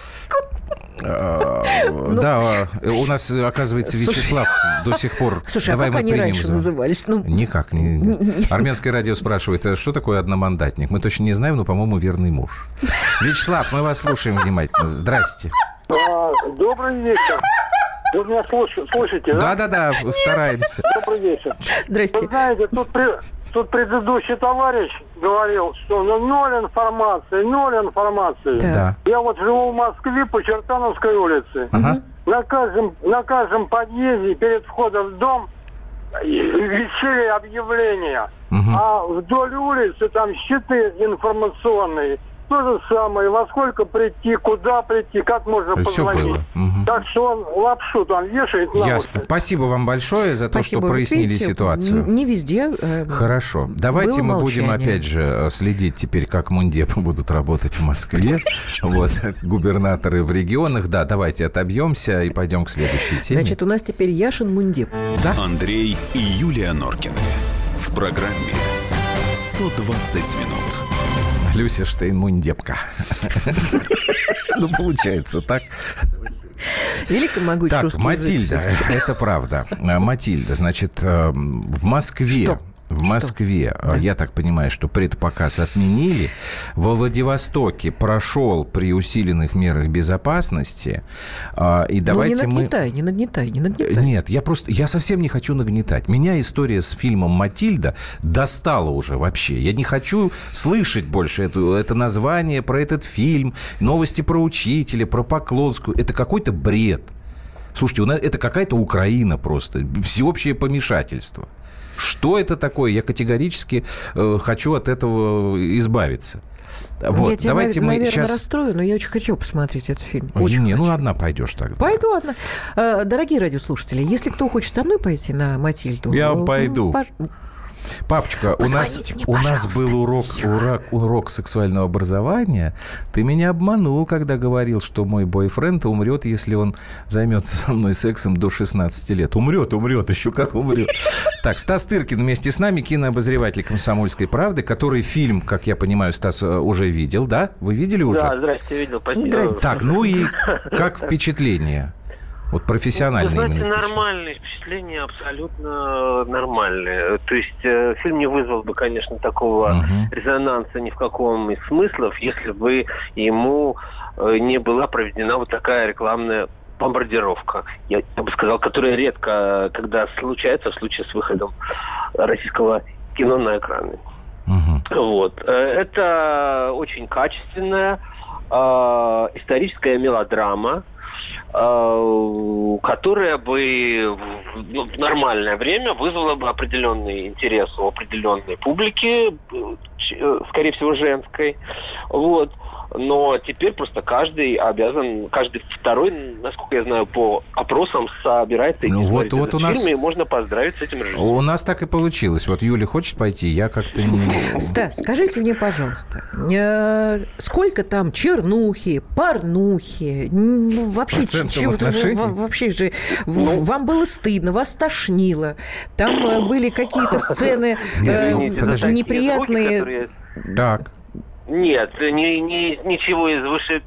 Да, у нас, оказывается, Вячеслав до сих пор... Слушай, а как они раньше назывались? Никак. Армянское радио спрашивает, что такое одномандатник? Мы точно не знаем, но, по-моему, верный муж. Вячеслав, мы вас слушаем внимательно. Здрасте. Добрый вечер. Вы меня слушаете, да? Да, стараемся. Добрый вечер. Здрасте. Вы знаете, тут предыдущий товарищ говорил, что ноль информации. Да. Я вот живу в Москве по Чертановской улице. Ага. На каждом подъезде перед входом в дом висели объявления. А вдоль улицы там щиты информационные. То же самое, во сколько прийти, куда прийти, как можно позвонить. Так что он лапшу там вешает на Ясно. уши. Спасибо вам большое за то, что прояснили ситуацию. Не везде. Хорошо. Давайте мы будем опять же следить теперь, как мундепы будут работать в Москве. Вот, губернаторы в регионах. Да, давайте отобьемся и пойдем к следующей теме. Значит, у нас теперь Яшин мундеп. Да? Андрей и Юлия Норкины. В программе «120 минут». Люся Штейн-Мундепка. Получается так. Великомогущий русский язык. Матильда, это правда. Матильда, значит, в Москве... Что? В Москве, я так понимаю, что предпоказ отменили. Во Владивостоке прошел при усиленных мерах безопасности. И давайте не нагнетай. Нет, я совсем не хочу нагнетать. Меня история с фильмом «Матильда» достала уже вообще. Я не хочу слышать больше это название про этот фильм, новости про учителя, про Поклонскую. Это какой-то бред. Слушайте, это какая-то Украина просто. Всеобщее помешательство. Что это такое? Я категорически хочу от этого избавиться. Вот, я тебя, наверное, расстрою, но я очень хочу посмотреть этот фильм. Одна пойдешь тогда. Пойду одна. Дорогие радиослушатели, если кто хочет со мной пойти на Матильду... Я пойду. Папочка, у нас был урок сексуального образования. Ты меня обманул, когда говорил, что мой бойфренд умрет, если он займется со мной сексом до 16 лет. Умрет, еще как умрет. Так, Стас Тыркин вместе с нами, кинообозреватель «Комсомольской правды», который фильм, как я понимаю, Стас уже видел, да? Вы видели уже? Да, здрасте, видел. Спасибо. Так, и как впечатление? Вот профессиональные. Вы знаете, нормальные впечатления, абсолютно нормальные. То есть фильм не вызвал бы, конечно, такого резонанса ни в каком из смыслов, если бы ему не была проведена вот такая рекламная бомбардировка, я бы сказал, которая редко, когда случается в случае с выходом российского кино на экраны. Вот. Это очень качественная историческая мелодрама, которая бы в нормальное время вызвала бы определенный интерес у определенной публики, скорее всего, женской. Вот. но теперь просто каждый второй, насколько я знаю, по опросам собирается идти смотреть этот фильм, и можно поздравить с этим режиссером. У нас так и получилось. Вот Юля хочет пойти, я как-то не... Стас, скажите мне, пожалуйста, сколько там чернухи, порнухи, вообще же вам было стыдно, вас тошнило, там были какие-то сцены неприятные. Так. Нет, ничего из выше...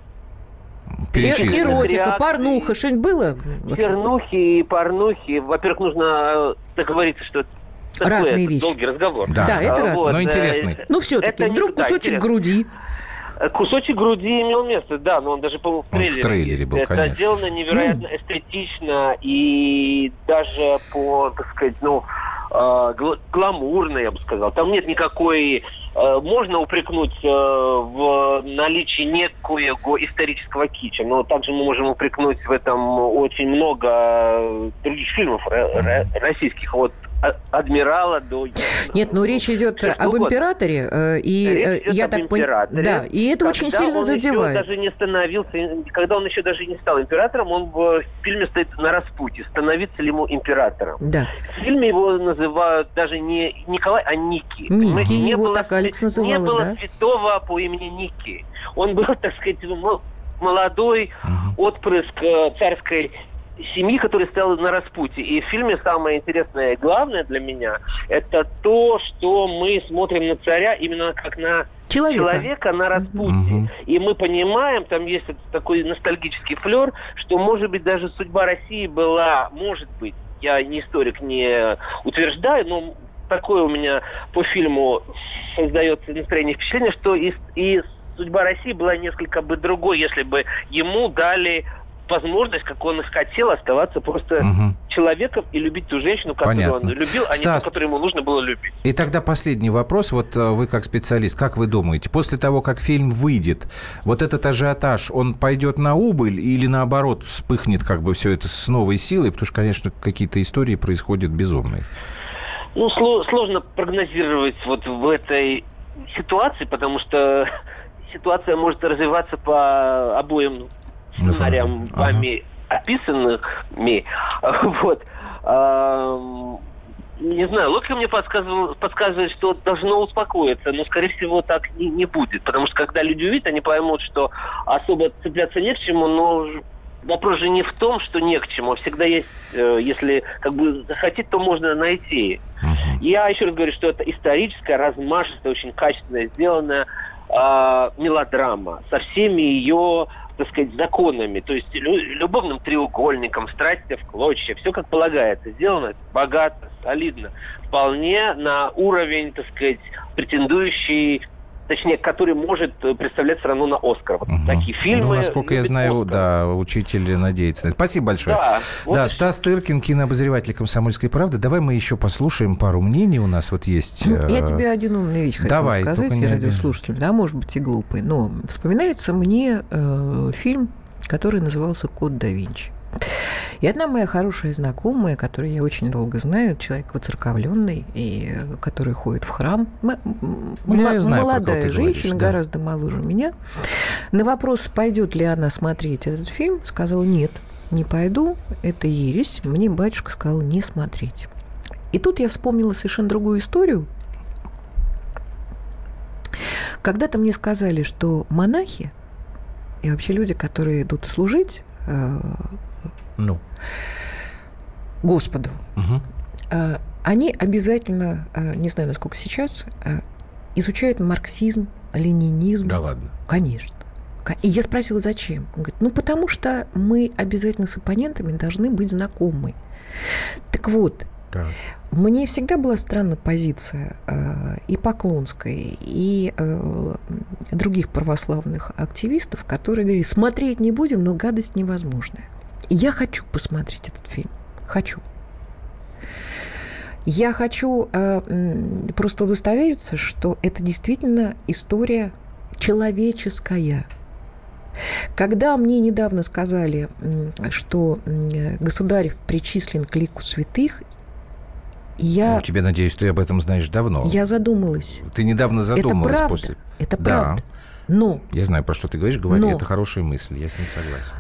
Эротика, порнуха, что-нибудь было? Чернухи и порнухи. Во-первых, нужно договориться, что это разные вещи. Долгий разговор. Да, это разные. Но интересный. Ну, все-таки, вдруг кусочек груди. Кусочек груди имел место, да, но он даже, по-моему, в трейлере был, конечно. Это сделано невероятно эстетично и даже по, так сказать, гламурно, я бы сказал. Там нет никакой... Можно упрекнуть в наличии некоего исторического кича, но также мы можем упрекнуть в этом очень много других фильмов российских. Вот «Адмирала» до... Нет, но речь идет об императоре, и я так понимаю... Да, и это очень сильно задевает. Когда он еще даже не стал императором, он в фильме стоит на распутье, становиться ли ему императором. Да. В фильме его называют даже не Николай, а Ники. Ники, его так Алекс называл, да? Не было святого по имени Ники. Он был, так сказать, молодой отпрыск царской семьи, который стоял на распутье. И в фильме самое интересное и главное для меня – это то, что мы смотрим на царя именно как на человека на распутье. И мы понимаем, там есть такой ностальгический флер, что, может быть, даже судьба России была, может быть, я не историк, не утверждаю, но такое у меня по фильму создается настроение, впечатление, что и судьба России была несколько бы другой, если бы ему дали возможность, как он и хотел, оставаться просто человеком и любить ту женщину, которую он любил, а не ту, которую ему нужно было любить. И тогда последний вопрос. Вот вы как специалист, как вы думаете, после того, как фильм выйдет, вот этот ажиотаж, он пойдет на убыль или наоборот вспыхнет как бы все это с новой силой? Потому что, конечно, какие-то истории происходят безумные. Ну, сложно прогнозировать вот в этой ситуации, потому что ситуация может развиваться по обоим сценариям вами описанными. Вот. Не знаю, логика мне подсказывает, что должно успокоиться, но, скорее всего, так не будет. Потому что, когда люди увидят, они поймут, что особо цепляться не к чему, но вопрос же не в том, что не к чему. Всегда есть, если как бы захотеть, то можно найти. Я еще раз говорю, что это историческая, размашистая, очень качественно сделанная мелодрама со всеми ее, так сказать, законами, то есть любовным треугольником, страсти в клочья, все как полагается, сделано богато, солидно, вполне на уровень, так сказать, претендующий, точнее, который может представлять страну на «Оскар». Вот такие фильмы. Ну, насколько я знаю, «Оскар». Да, учитель надеется. Спасибо большое. Да, вот Стас Тыркин, кинообозреватель «Комсомольской правды». Давай мы еще послушаем пару мнений. У нас вот есть... Я тебе один умную вещь хотела сказать, и радиослушателям, да, может быть, и глупый, но вспоминается мне фильм, который назывался «Код да Винчи». И одна моя хорошая знакомая, которую я очень долго знаю, человек воцерковленный, и который ходит в храм, молодая женщина, гораздо моложе меня, на вопрос, пойдет ли она смотреть этот фильм, сказала: нет, не пойду, это ересь, мне батюшка сказал не смотреть. И тут я вспомнила совершенно другую историю. Когда-то мне сказали, что монахи и вообще люди, которые идут служить Господу, они обязательно, не знаю, насколько сейчас, изучают марксизм, ленинизм. Да ладно? Конечно. И я спросила, зачем? Он говорит, потому что мы обязательно с оппонентами должны быть знакомы. Так вот, мне всегда была странна позиция и Поклонской, и других православных активистов, которые говорили, смотреть не будем, но гадость невозможная. Я хочу посмотреть этот фильм. Хочу. Я хочу просто удостовериться, что это действительно история человеческая. Когда мне недавно сказали, что государь причислен к лику святых, Ну, тебе, надеюсь, ты об этом знаешь давно. Я задумалась. Ты недавно задумалась. Это правда. После... Это правда. Но... Я знаю, про что ты говоришь. Говори, это хорошая мысль. Я с ней согласен.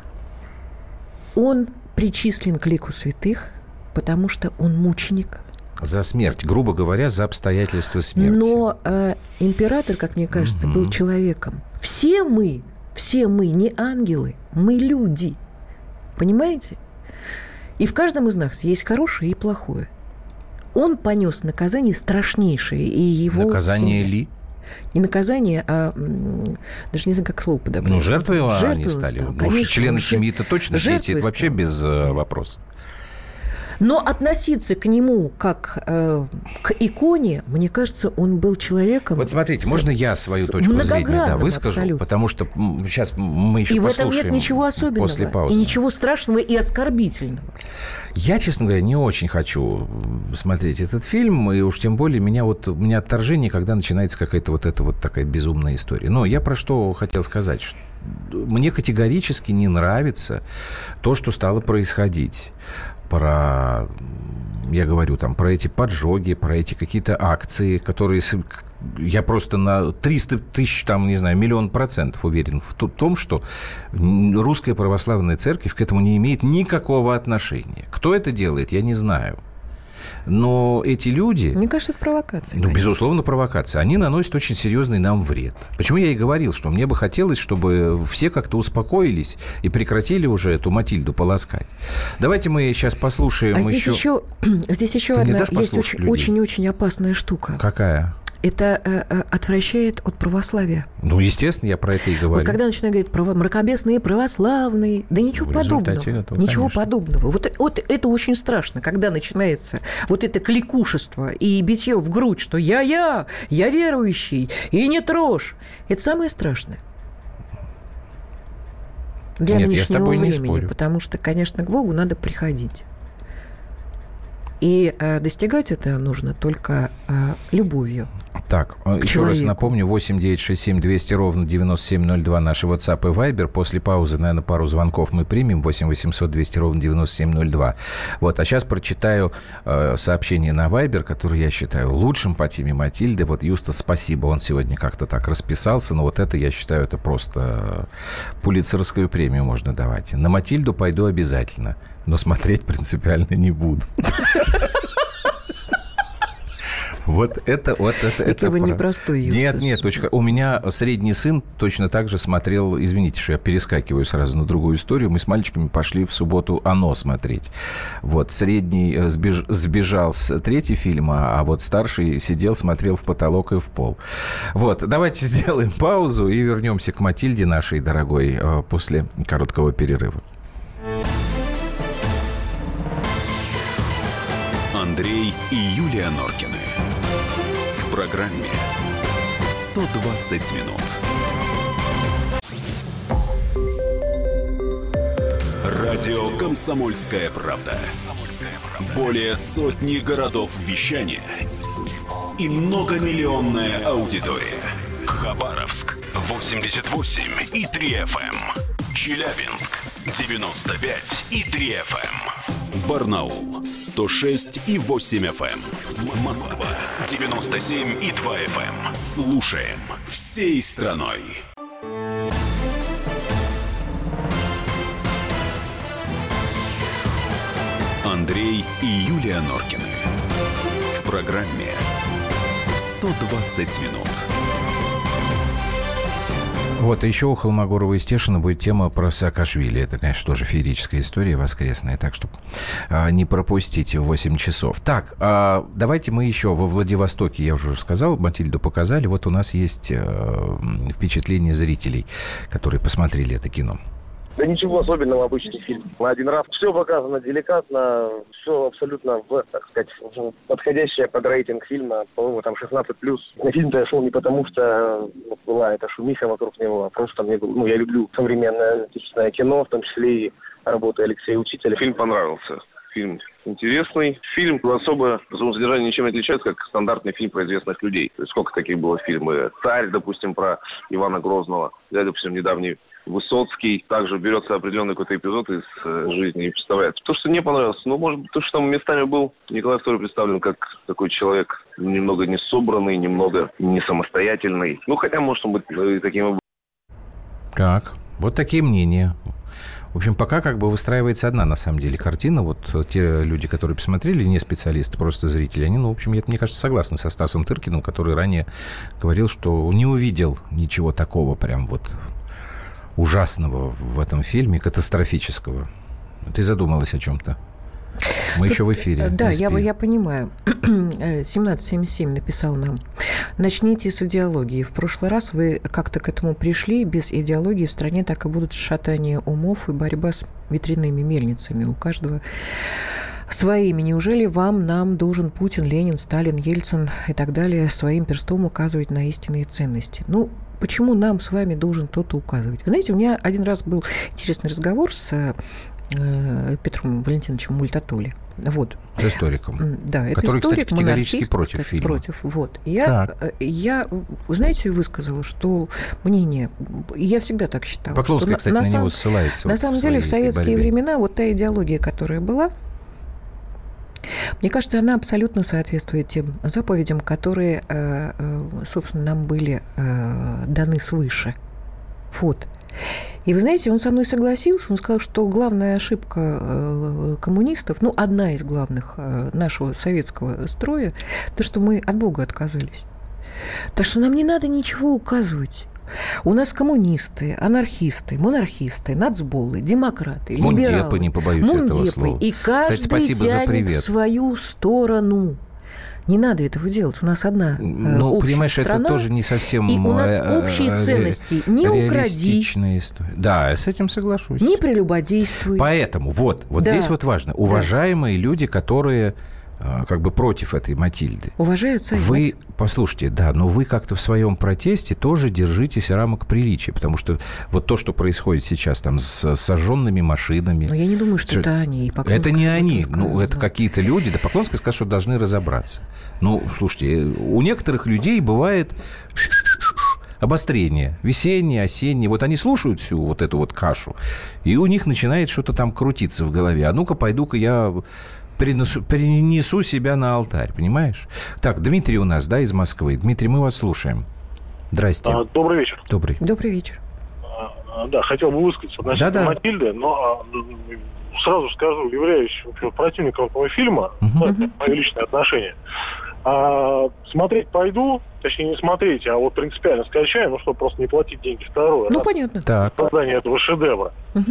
Он причислен к лику святых, потому что он мученик. За смерть, грубо говоря, за обстоятельства смерти. Но император, как мне кажется, был человеком. Все мы не ангелы, мы люди. Понимаете? И в каждом из нас есть хорошее и плохое. Он понес наказание страшнейшее, и его... Наказание семья... ли? Не наказание, а даже не знаю, как слово подобрать. Ну, жертвой они стали. Конечно, члены семьи-то точно дети, это вообще без вопросов. Но относиться к нему как к иконе, мне кажется, он был человеком... Вот смотрите, можно я свою точку зрения выскажу? Абсолютно. Потому что сейчас мы еще послушаем. И в этом нет ничего особенного. После паузы. И ничего страшного и оскорбительного. Я, честно говоря, не очень хочу смотреть этот фильм. И уж тем более у меня отторжение, когда начинается какая-то вот эта вот такая безумная история. Но я про что хотел сказать. Что мне категорически не нравится то, что стало происходить. Я говорю, про эти поджоги, про эти какие-то акции, которые я просто на 300 тысяч, миллион процентов уверен в том, что Русская Православная Церковь к этому не имеет никакого отношения. Кто это делает, я не знаю. Но эти люди... Мне кажется, это провокация. Ну, безусловно, провокация. Они наносят очень серьезный нам вред. Почему я и говорил, что мне бы хотелось, чтобы все как-то успокоились и прекратили уже эту Матильду полоскать. Давайте мы сейчас послушаем здесь еще одна есть очень-очень опасная штука. Какая? Это отвращает от православия. Ну, естественно, я про это и говорю. Вот когда начинают говорить мракобесные православные, да ничего подобного. Ничего подобного. Вот это очень страшно, когда начинается вот это кликушество и битье в грудь, что я верующий, и не трожь. Это самое страшное. Для нынешнего времени, потому что, конечно, к Богу надо приходить. И достигать это нужно только любовью. Так, еще раз напомню, 8-967-200-97-02 наши WhatsApp и Viber. После паузы, наверное, пару звонков мы примем. 8-800-200-97-02. Вот, а сейчас прочитаю сообщение на Viber, которое я считаю лучшим по теме Матильды. Вот, Юстас, спасибо, он сегодня как-то так расписался, но вот это, я считаю, это просто Пулитцеровскую премию можно давать. На Матильду пойду обязательно, но смотреть принципиально не буду. Вот это вы непростой Юстас. Нет, у меня средний сын точно так же смотрел, извините, что я перескакиваю сразу на другую историю, мы с мальчиками пошли в субботу «Оно» смотреть. Вот, средний сбежал с третьего фильма, а вот старший сидел, смотрел в потолок и в пол. Вот, давайте сделаем паузу и вернемся к Матильде нашей дорогой после короткого перерыва. Андрей и Юлия Норкины. В программе 120 минут. Радио «Комсомольская правда». Более сотни городов вещания и многомиллионная аудитория. Хабаровск 88,3 FM. Челябинск 95,3 FM. Барнаул 106,8 FM. Москва 97,2 FM. Слушаем всей страной. Андрей и Юлия Норкины. В программе 120 минут. Вот, а еще у Холмогорова и Стешина будет тема про Саакашвили. Это, конечно, тоже феерическая история воскресная, так что не пропустите в 8 часов. Так, давайте мы еще во Владивостоке, я уже сказал, Матильду показали. Вот у нас есть впечатление зрителей, которые посмотрели это кино. Да ничего особенного, обычный фильм. На один раз. Все показано деликатно, все абсолютно подходящее под рейтинг фильма. По-моему, там 16+. На фильм-то я шел не потому, что была эта шумиха вокруг него, а просто мне было... я люблю современное отечественное кино, в том числе и работы Алексея Учителя. Фильм понравился. Фильм интересный. Фильм особо по своему содержанию ничем не отличается, как стандартный фильм про известных людей. То есть сколько таких было фильмов. «Царь», допустим, про Ивана Грозного. Допустим, недавний Высоцкий, также берется определенный какой-то эпизод из жизни и представляется. То, что не понравилось, может быть, то, что там местами был Николай II представлен как такой человек немного несобранный, немного не самостоятельный. Хотя, может, он быть и таким. Так, вот такие мнения. В общем, пока выстраивается одна, на самом деле, картина. Вот те люди, которые посмотрели, не специалисты, просто зрители, они, в общем, мне кажется, согласны со Стасом Тыркиным, который ранее говорил, что не увидел ничего такого прям ужасного в этом фильме, катастрофического. Ты задумалась о чем-то? Мы еще в эфире. Да, я понимаю. 1777 написал нам. Начните с идеологии. В прошлый раз вы как-то к этому пришли. Без идеологии в стране так и будут шатания умов и борьба с ветряными мельницами. У каждого своими. Неужели нам должен Путин, Ленин, Сталин, Ельцин и так далее своим перстом указывать на истинные ценности? Почему нам с вами должен кто-то указывать? Вы знаете, у меня один раз был интересный разговор с Петром Валентиновичем Мультатоли. Вот. С историком. Да, это который, историк, кстати, категорически против фильма. Против. Вот. Я, вы знаете, высказала, что мнение... Я всегда так считала. Поклонская, кстати, на него ссылается. На самом деле, в советские времена та идеология, которая была, мне кажется, она абсолютно соответствует тем заповедям, которые, собственно, нам были даны свыше. Вот. И вы знаете, он со мной согласился, он сказал, что главная ошибка коммунистов, одна из главных нашего советского строя, то, что мы от Бога отказались. Так что нам не надо ничего указывать. У нас коммунисты, анархисты, монархисты, нацболы, демократы, либералы. Мундепы, не побоюсь этого слова. И каждый тянет в свою сторону. Не надо этого делать. У нас одна общая понимаешь, страна, это тоже не совсем и у нас общие ценности. Не укради. Да, я с этим соглашусь. Не прелюбодействуй. Поэтому здесь важно. Уважаемые люди, которые против этой Матильды. Уважают совет. Вы, послушайте, но вы как-то в своем протесте тоже держитесь рамок приличия, потому что то, что происходит сейчас там с сожженными машинами... Но я не думаю, что это они. Это не они, это какие-то люди. Да, Поклонская сказала, что должны разобраться. Слушайте, у некоторых людей бывает обострение. Весеннее, осеннее. Они слушают всю эту кашу, и у них начинает что-то там крутиться в голове. А ну-ка, пойду-ка я... перенесу себя на алтарь, понимаешь? Так, Дмитрий у нас, из Москвы. Дмитрий, мы вас слушаем. Здрасте. Добрый вечер. Добрый вечер. Да, хотел бы высказаться относительно Матильды, но сразу скажу, являюсь противником этого фильма, это мое личное отношение. Смотреть пойду, точнее не смотреть, а принципиально скачаю, чтобы просто не платить деньги второе. Понятно. Создание этого шедевра.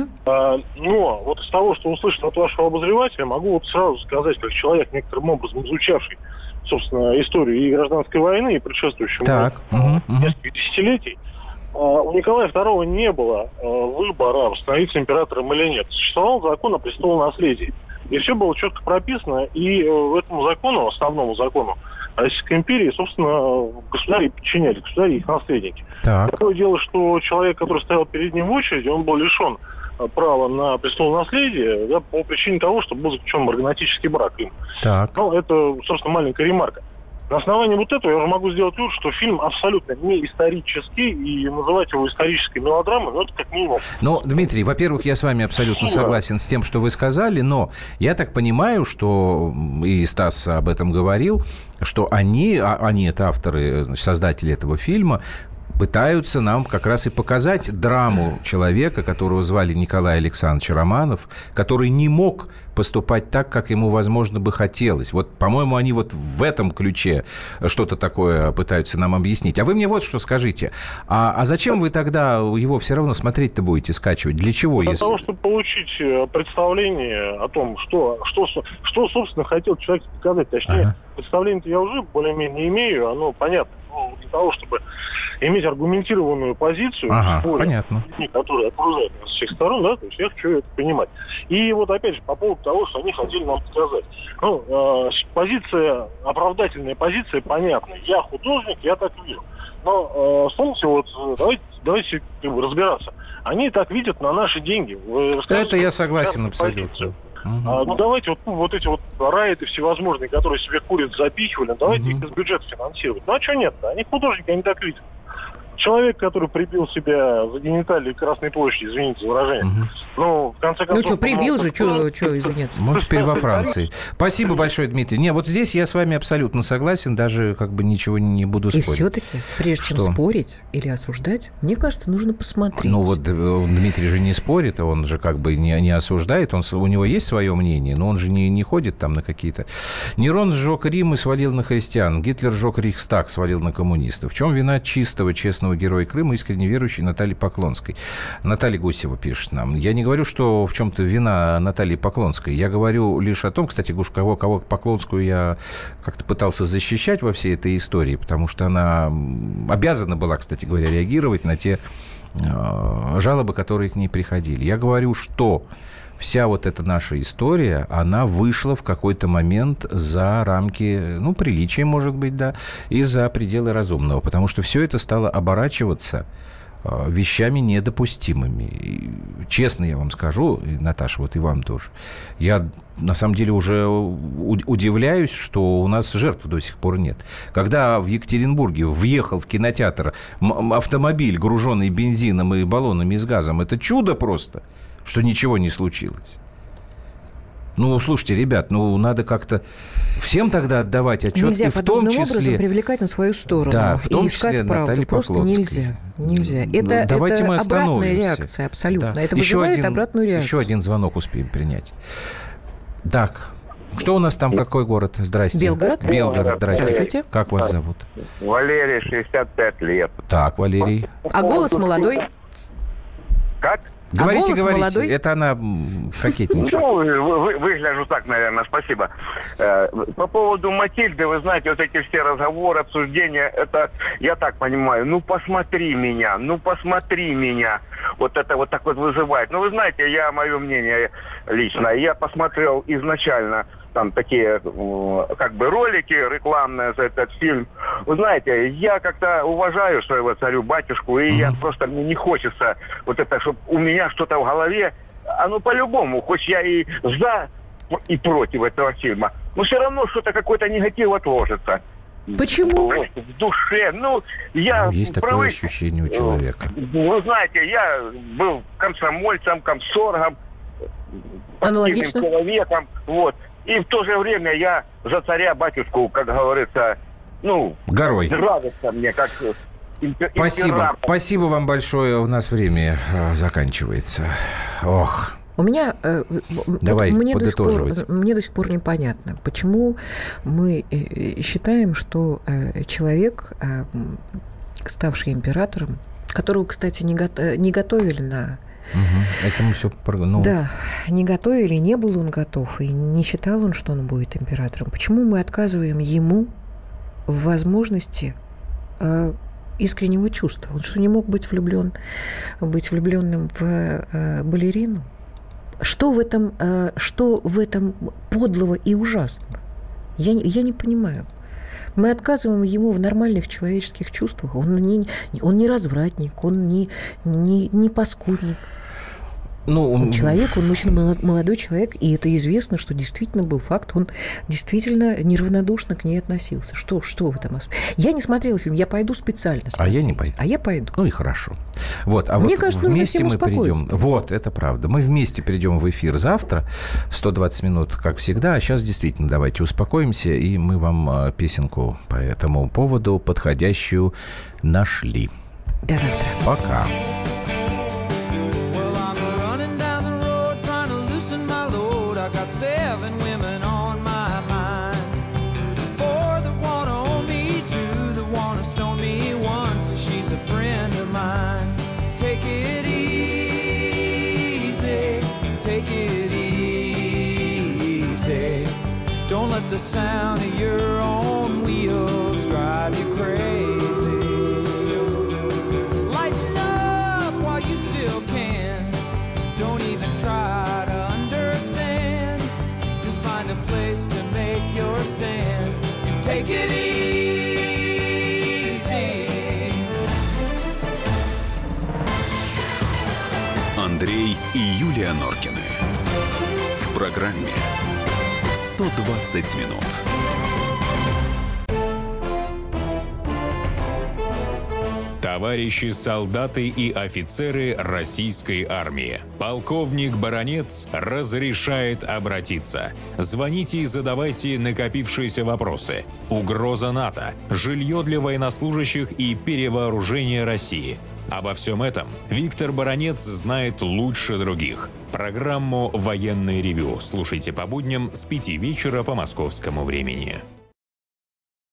Но из того, что услышал от вашего обозревателя, могу сразу сказать, как человек, некоторым образом изучавший, собственно, историю и гражданской войны, и предшествующего несколько десятилетий, у Николая II не было выбора, становиться императором или нет. Существовал закон о престолонаследии. И все было четко прописано, и этому закону, основному закону Российской империи, собственно, государи подчинялись, государи и их наследники. Такое дело, что человек, который стоял перед ним в очереди, он был лишен права на престолонаследие по причине того, что был заключен марганатический брак им. Это, собственно, маленькая ремарка. На основании этого я уже могу сделать вывод, что фильм абсолютно не исторический, и называть его исторической мелодрамой, это как минимум. Дмитрий, во-первых, я с вами абсолютно согласен с тем, что вы сказали, но я так понимаю, что, и Стас об этом говорил, что они это авторы, создатели этого фильма, пытаются нам как раз и показать драму человека, которого звали Николай Александрович Романов, который не мог поступать так, как ему, возможно, бы хотелось. По-моему, они в этом ключе что-то такое пытаются нам объяснить. А вы мне что скажите. А зачем вы тогда его все равно смотреть-то будете, скачивать? Для чего? Для того, чтобы получить представление о том, что собственно, хотел человек показать. Точнее, представление-то я уже более-менее имею, оно понятно. Для того, чтобы иметь аргументированную позицию, понятно, которая окружает нас с всех сторон, то есть я хочу это понимать. И опять же, по поводу того, что они хотели нам показать. Оправдательная позиция понятна. Я художник, я так вижу. Но, вспомните, давайте разбираться. Они так видят на наши деньги. Это я согласен абсолютно. Давайте эти райты всевозможные, которые себе курят, запихивали, давайте их из бюджета финансировать. А что нет-то? Они художники, они так видят. человек, который прибил себя за гениталии Красной площади, извините за выражение. Ну, в конце концов... Ну, что, прибил же, что извиняться? Ну, теперь во Франции. Спасибо большое, Дмитрий. Не, вот здесь я с вами абсолютно согласен, даже как бы ничего не буду спорить. И все-таки, прежде чем спорить или осуждать, мне кажется, нужно посмотреть. Ну, вот Дмитрий же не спорит, он же как бы не осуждает, у него есть свое мнение, но он же не ходит там на какие-то... Нерон сжег Рим и свалил на христиан. Гитлер сжег Рейхстаг, свалил на коммунистов. В чем вина чистого, честного героя Крыма, искренне верующей Натальи Поклонской? Наталья Гусева пишет нам. Я не говорю, что в чем-то вина Натальи Поклонской. Я говорю лишь о том, кстати, кого Поклонскую я как-то пытался защищать во всей этой истории, потому что она обязана была, кстати говоря, реагировать на те жалобы, которые к ней приходили. Я говорю, что вся вот эта наша история, она вышла в какой-то момент за рамки, ну, приличия, может быть, да, и за пределы разумного, потому что все это стало оборачиваться вещами недопустимыми. И, честно я вам скажу, и, Наташа, вот и вам тоже, я на самом деле уже удивляюсь, что у нас жертв до сих пор нет. Когда в Екатеринбурге въехал в кинотеатр автомобиль, груженный бензином и баллонами с газом, это чудо просто, что ничего не случилось. Ну, слушайте, ребят, надо как-то всем тогда отдавать отчет. Нельзя и в том числе образом привлекать на свою сторону. Да, в том и искать числе правду. Натальи Просто Поклонской. Нельзя. Это обратная реакция, абсолютно. Да. Это вызывает обратную реакцию. Еще один звонок успеем принять. Так, что у нас там, какой город? Здрасте. Белгород. Белгород, здрасте. Здравствуйте. Как вас зовут? Валерий, 65 лет. Так, Валерий. А голос молодой? Как? Говорите. Молодой? Это она кокетничает. Ну, выгляжу так, наверное, спасибо. По поводу Матильды, вы знаете, вот эти все разговоры, обсуждения, это, я так понимаю, ну посмотри меня. Вот это вот так вот вызывает. Ну, вы знаете, мое мнение лично, я посмотрел изначально там такие как бы ролики рекламные за этот фильм. Вы знаете, я как-то уважаю своего царю-батюшку, и я просто, мне не хочется вот это, чтобы у меня что-то в голове, по-любому, хоть я и за, и против этого фильма, но все равно что-то, какой-то негатив отложится. Почему? В душе. Я есть такое ощущение у человека. Вы знаете, я был комсомольцем, комсоргом, аналогично человеком, вот. И в то же время я за царя-батюшку, как говорится, горой. Нравится мне, как император. Спасибо вам большое. У нас время заканчивается. Ох. У меня... Давай, подытоживать. Мне до сих пор непонятно, почему мы считаем, что человек, ставший императором, которого, кстати, не готовили на... Это мы все... Да, не готовили, не был он готов, и не считал он, что он будет императором. Почему мы отказываем ему в возможности искреннего чувства? Он что, не мог быть влюбленным в балерину? Что в этом подлого и ужасного? Я не понимаю. Мы отказываем ему в нормальных человеческих чувствах. Он не развратник, он не паскудник. Он человек, он очень молодой человек, и это известно, что действительно был факт, он действительно неравнодушно к ней относился. Что в этом? Я не смотрела фильм, я пойду специально смотреть. А я не пойду. А я пойду. Ну и хорошо. Мне кажется, вместе мы придем. Вот, это правда. Мы вместе придем в эфир завтра, 120 минут, как всегда. А сейчас действительно давайте успокоимся, и мы вам песенку по этому поводу подходящую нашли. До завтра. Пока. The sound of your own wheels drive you crazy. Lighten up while you still can. Don't even try to understand. Just find a place to make your stand and take it easy. Андрей и Юлия Норкины. В программе 120 минут. Товарищи солдаты и офицеры российской армии, полковник Баранец разрешает обратиться. Звоните и задавайте накопившиеся вопросы. Угроза НАТО, жилье для военнослужащих и перевооружение России. Обо всем этом Виктор Баранец знает лучше других. Программу «Военное ревю» слушайте по будням с 5 вечера по московскому времени.